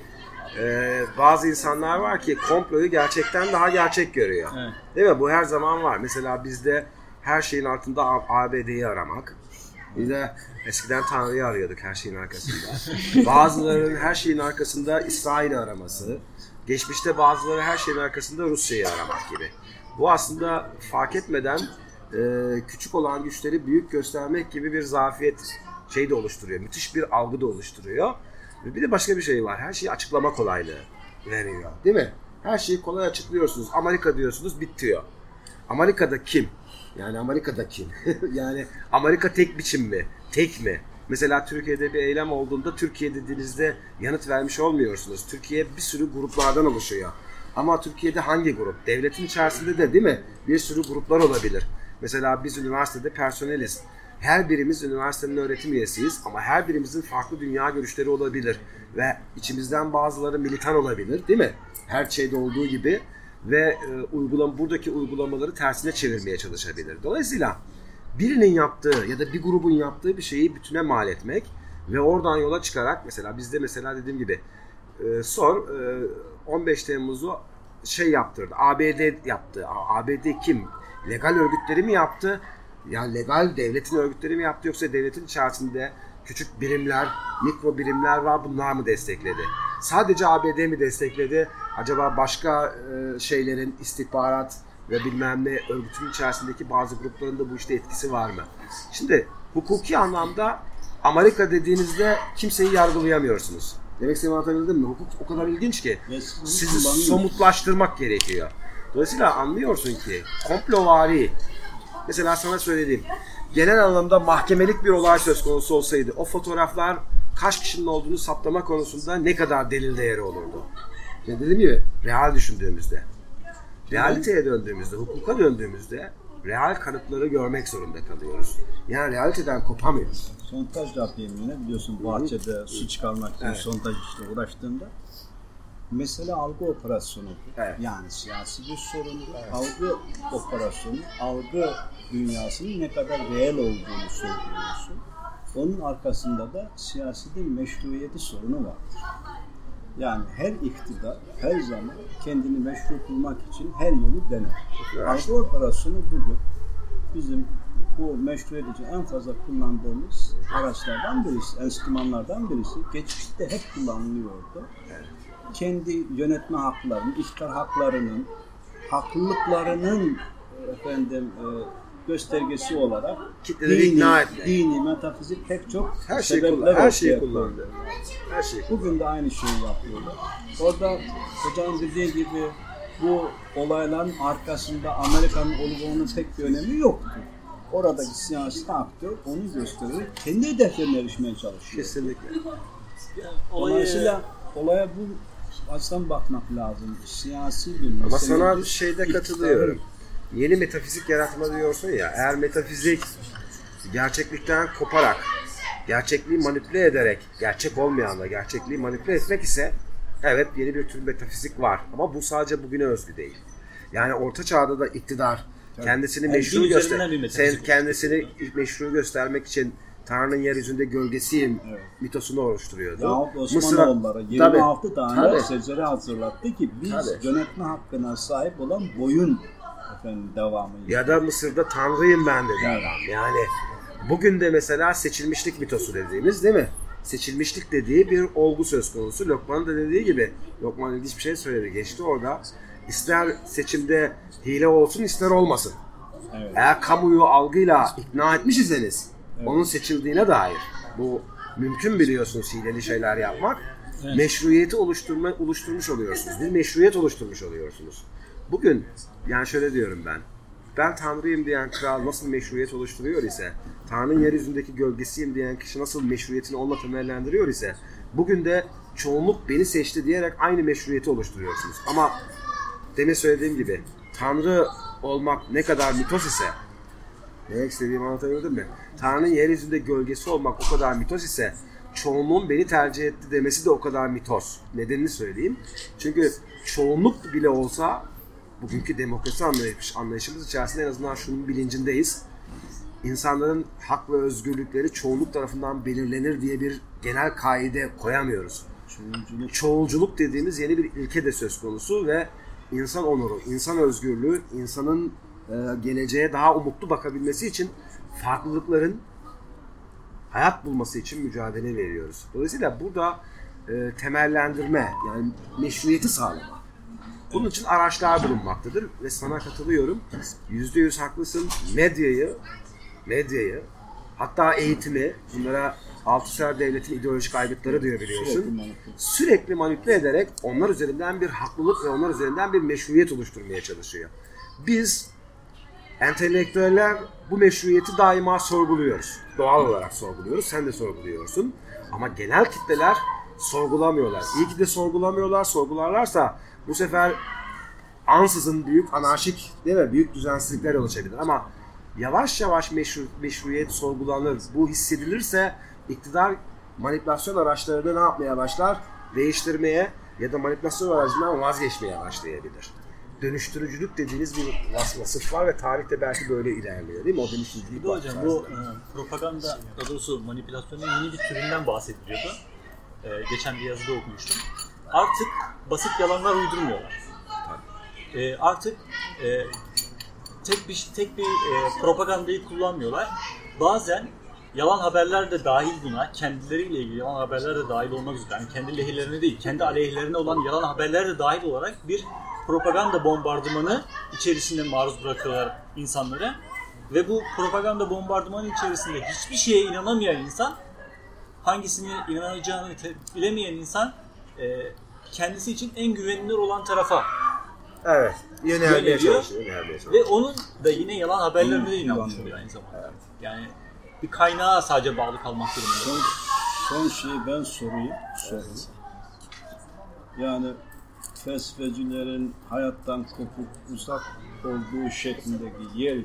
e, bazı insanlar var ki komployu gerçekten daha gerçek görüyor. Evet. Değil mi? Bu her zaman var. Mesela bizde her şeyin altında A B D'yi aramak. Biz de eskiden Tanrı'yı arıyorduk her şeyin arkasında. Bazılarının her şeyin arkasında İsrail'i araması. Geçmişte bazıları her şeyin arkasında Rusya'yı aramak gibi. Bu aslında fark etmeden e, küçük olan güçleri büyük göstermek gibi bir zafiyet şey de oluşturuyor. Müthiş bir algı da oluşturuyor. Ve bir de başka bir şey var. Her şeyi açıklama kolaylığı veriyor. Değil mi? Her şeyi kolay açıklıyorsunuz. Amerika diyorsunuz, bitiyor. Amerika'da kim? Yani Amerika'da kim? Yani Amerika tek biçim mi? Tek mi? Mesela Türkiye'de bir eylem olduğunda Türkiye dediğinizde yanıt vermiş olmuyorsunuz. Türkiye bir sürü gruplardan oluşuyor. Ama Türkiye'de hangi grup? Devletin içerisinde de değil mi? Bir sürü gruplar olabilir. Mesela biz üniversitede personeliz. Her birimiz üniversitenin öğretim üyesiyiz ama her birimizin farklı dünya görüşleri olabilir. Ve içimizden bazıları militan olabilir değil mi? Her şeyde olduğu gibi. Ve e, uygulam buradaki uygulamaları tersine çevirmeye çalışabilir. Dolayısıyla birinin yaptığı ya da bir grubun yaptığı bir şeyi bütüne mal etmek ve oradan yola çıkarak mesela bizde mesela dediğim gibi e, sor e, on beş Temmuz'u şey yaptırdı. A B D yaptı. A B D kim? Legal örgütleri mi yaptı? Yani legal devletin örgütleri mi yaptı yoksa devletin içerisinde küçük birimler, mikro birimler var, bunlar mı destekledi? Sadece A B D mi destekledi? Acaba başka e, şeylerin istihbarat ve bilmem ne örgütün içerisindeki bazı grupların da bu işte etkisi var mı? Şimdi hukuki anlamda Amerika dediğinizde kimseyi yargılayamıyorsunuz. Demek istediğimi anlatabildim mi? Hukuk o kadar ilginç ki sizi somutlaştırmak gerekiyor. Dolayısıyla anlıyorsun ki komplovari, mesela sana söylediğim genel anlamda mahkemelik bir olay söz konusu olsaydı o fotoğraflar kaç kişinin olduğunu saptama konusunda ne kadar delil değeri olurdu? Yani dediğim gibi real düşündüğümüzde, realiteye döndüğümüzde, hukuka döndüğümüzde real kanıtları görmek zorunda kalıyoruz. Yani realiteden kopamıyoruz. Sondaj yapayım yine, biliyorsun bahçede su çıkarmak için evet. sondaj işte uğraştığında mesele algı operasyonu. Evet. Yani siyasi bir sorundu. Evet. Algı operasyonu, algı dünyasının ne kadar reel olduğunu söylüyorsun. Onun arkasında da siyasetin meşruiyeti sorunu vardır. Yani her iktidar her zaman kendini meşru kılmak için her yolu dener. Evet. Algı operasyonu bugün bizim bu meşruiyet için en fazla kullandığımız araçlardan birisi, enstrümanlardan birisi. Geçmişte hep kullanılıyordu. Evet. Kendi yönetme haklarının, iktidar haklarının, haklılıklarının efendim e, göstergesi olarak dini, dini, metafizik pek çok her şey sebepler her şeyi kullandı. Her şey. Bugün de aynı şeyi yapıyorlar. Orada hocam dediği gibi bu olayların arkasında Amerika'nın olup onun pek bir önemi yoktu. Oradaki siyasi aktör onu gösteriyor. Kendi hedeflerine erişmeye çalışıyor. Kesinlikle. Dolayısıyla olaya bu açıdan bakmak lazım. Siyasi bir mesele. Ama sana bir şeyde katılıyorum. Yeni metafizik yaratma diyorsun ya. Eğer metafizik gerçeklikten koparak, gerçekliği manipüle ederek, gerçek olmayanla gerçekliği manipüle etmek ise evet yeni bir tür metafizik var. Ama bu sadece bugüne özgü değil. Yani Orta Çağ'da da iktidar kendisini yani meşru göster, sen kendisini meşru göstermek için Tanrı'nın yeryüzünde gölgesiyim evet. mitosunu oluşturuyordu. Yahut Osmanoğulları yirmi altı tane secere hazırlattı ki biz tabii. yönetme hakkına sahip olan boyun efendim devamı. Ya da Mısır'da Tanrıyım ben dedi adam. Yani bugün de mesela seçilmişlik mitosu dediğimiz değil mi? Seçilmişlik dediği bir olgu söz konusu. Lokman'ın da dediği gibi, Lokman ilginç bir şey söyledi. Geçti orada. İster seçimde hile olsun ister olmasın. Evet. Eğer kamuoyu algıyla ikna etmiş iseniz evet. onun seçildiğine dair bu mümkün biliyorsunuz hileli şeyler yapmak. Evet. Meşruiyeti oluşturma, oluşturmuş oluyorsunuz. Bir meşruiyet oluşturmuş oluyorsunuz. Bugün yani şöyle diyorum ben. Ben Tanrıyım diyen kral nasıl meşruiyet oluşturuyor ise, Tanrı'nın yeryüzündeki gölgesiyim diyen kişi nasıl meşruiyetini onunla temellendiriyor ise, bugün de çoğunluk beni seçti diyerek aynı meşruiyeti oluşturuyorsunuz. Ama demin söylediğim gibi Tanrı olmak ne kadar mitos ise, ne istediğimi anlatabildim mi? Tanrı'nın yeryüzünde gölgesi olmak o kadar mitos ise çoğunluğun beni tercih etti demesi de o kadar mitos. Nedenini söyleyeyim. Çünkü çoğunluk bile olsa bugünkü demokrasi anlayış, anlayışımız içerisinde en azından şunun bilincindeyiz. İnsanların hak ve özgürlükleri çoğunluk tarafından belirlenir diye bir genel kaide koyamıyoruz. Çoğulculuk, Çoğulculuk dediğimiz yeni bir ilke de söz konusu ve insan onuru, insan özgürlüğü, insanın e, geleceğe daha umutlu bakabilmesi için farklılıkların hayat bulması için mücadele veriyoruz. Dolayısıyla burada e, temellendirme, yani meşruiyeti sağlama. Bunun için araçlar bulunmaktadır ve sana katılıyorum. Yüzde yüz haklısın. Medyayı, medyayı, hatta eğitimi, bunlara Althusser devletin ideolojik aygıtları diyor biliyorsun. Sürekli manipüle. Sürekli manipüle ederek onlar üzerinden bir haklılık ve onlar üzerinden bir meşruiyet oluşturmaya çalışıyor. Biz entelektüeller bu meşruiyeti daima sorguluyoruz. Doğal olarak sorguluyoruz. Sen de sorguluyorsun. Ama genel kitleler sorgulamıyorlar. İyi ki de sorgulamıyorlar. Sorgularlarsa bu sefer ansızın büyük anarşik, değil mi? Büyük düzensizlikler oluşabilir. Ama yavaş yavaş meşru, meşruiyet sorgulanır. Bu hissedilirse iktidar manipülasyon araçlarını ne yapmaya başlar? Değiştirmeye ya da manipülasyon aracından vazgeçmeye başlayabilir. Dönüştürücülük dediğiniz bir vasıf var ve tarihte belki böyle ilerliyor, değil mi? O dönüştürücülük var. Hocam bu e, propaganda, daha doğrusu manipülasyonun yeni bir türünden bahsediliyordu. E, geçen bir yazıda okumuştum. Artık basit yalanlar uydurmuyorlar. E, artık e, tek bir tek bir e, propagandayı kullanmıyorlar. Bazen yalan haberler de dahil buna, kendileriyle ilgili yalan haberler de dahil olmak üzere, yani kendi lehlerine değil, kendi aleyhlerine olan yalan haberler de dahil olarak bir propaganda bombardımanı içerisinde maruz bırakıyorlar insanları. Ve bu propaganda bombardımanı içerisinde hiçbir şeye inanamayan insan, hangisine inanacağını bilemeyen insan e, kendisi için en güvenilir olan tarafa evet, yönelmeye çalışıyor. Ve onun da yine yalan haberlerine de inanmış oluyor aynı zamanda. Evet. Yani bir kaynağa sadece bağlı kalmak durumunda. Son, son şeyi ben sorayım. sorayım. Yani felsefecilerin hayattan kopup uzak olduğu şeklindeki yerge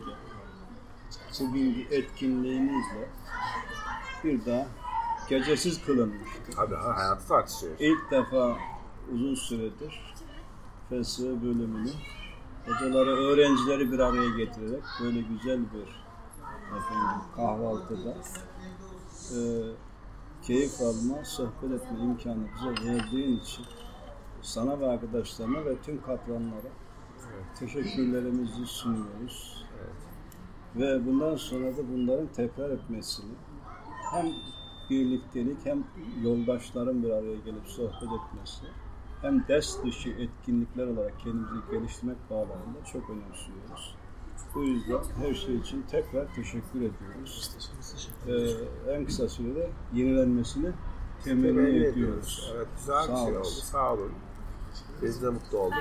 bugünkü etkinliğimizle bir daha gecesiz kılınmıştı. Abi hayatı tartışıyoruz. İlk defa uzun süredir felsefe bölümünü hocaları, öğrencileri bir araya getirerek böyle güzel bir efendim, kahvaltıda e, keyif alma, sohbet etme imkanı bize verdiğin için sana ve arkadaşlarına ve tüm katlanlara evet. teşekkürlerimizi sunuyoruz. Evet. Ve bundan sonra da bunların tekrar etmesini hem birliktelik hem yoldaşların bir araya gelip sohbet etmesi hem ders dışı etkinlikler olarak kendimizi geliştirmek bağlamında çok önemsiyoruz. Bu yüzden her şey için tekrar teşekkür ediyoruz. Ee, en kısa sürede yenilenmesini temenni ediyoruz. Evet, güzel bir şey oldu. Sağ olun. Biz de mutlu olduk.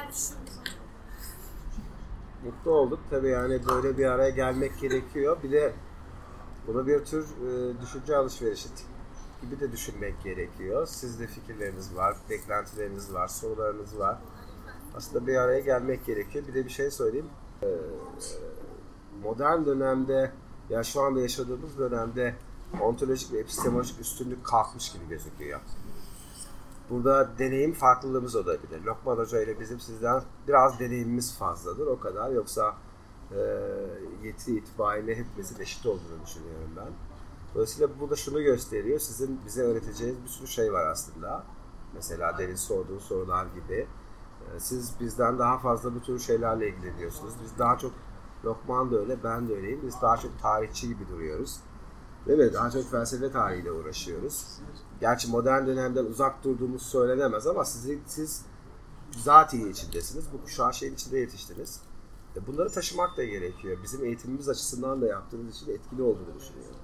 Mutlu olduk. Tabii yani böyle bir araya gelmek gerekiyor. Bir de bunu bir tür e, düşünce alışverişi gibi de düşünmek gerekiyor. Sizde fikirleriniz var, beklentileriniz var, sorularınız var. Aslında bir araya gelmek gerekiyor. Bir de bir şey söyleyeyim. E, modern dönemde, ya şu anda yaşadığımız dönemde ontolojik ve epistemolojik üstünlük kalkmış gibi gözüküyor. Burada deneyim farklılığımız olabilir. Lokman Hoca ile bizim sizden biraz deneyimimiz fazladır, o kadar. Yoksa e, yeti itibariyle hepimizin eşit olduğunu düşünüyorum ben. Dolayısıyla bu da şunu gösteriyor, sizin bize öğreteceğiniz bir sürü şey var aslında. Mesela derin sorduğu sorular gibi. E, siz bizden daha fazla bu tür şeylerle ilgileniyorsunuz. Biz daha çok, Lokman da öyle, ben de öyleyim. Biz daha çok tarihçi gibi duruyoruz. Değil mi? Daha çok felsefe tarihiyle uğraşıyoruz. Gerçi modern dönemden uzak durduğumuz söylenemez ama siz, siz zat-i içindesiniz. Bu kuşağın şeyin içinde yetiştiniz. Bunları taşımak da gerekiyor. Bizim eğitimimiz açısından da yaptığınız için etkili olduğunu düşünüyorum.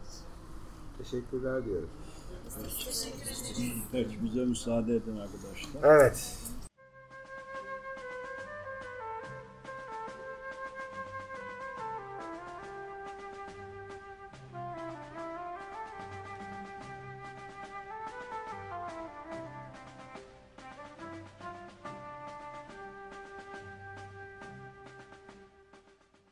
Teşekkürler diyorum. Peki bize müsaade edin arkadaşlar. Evet.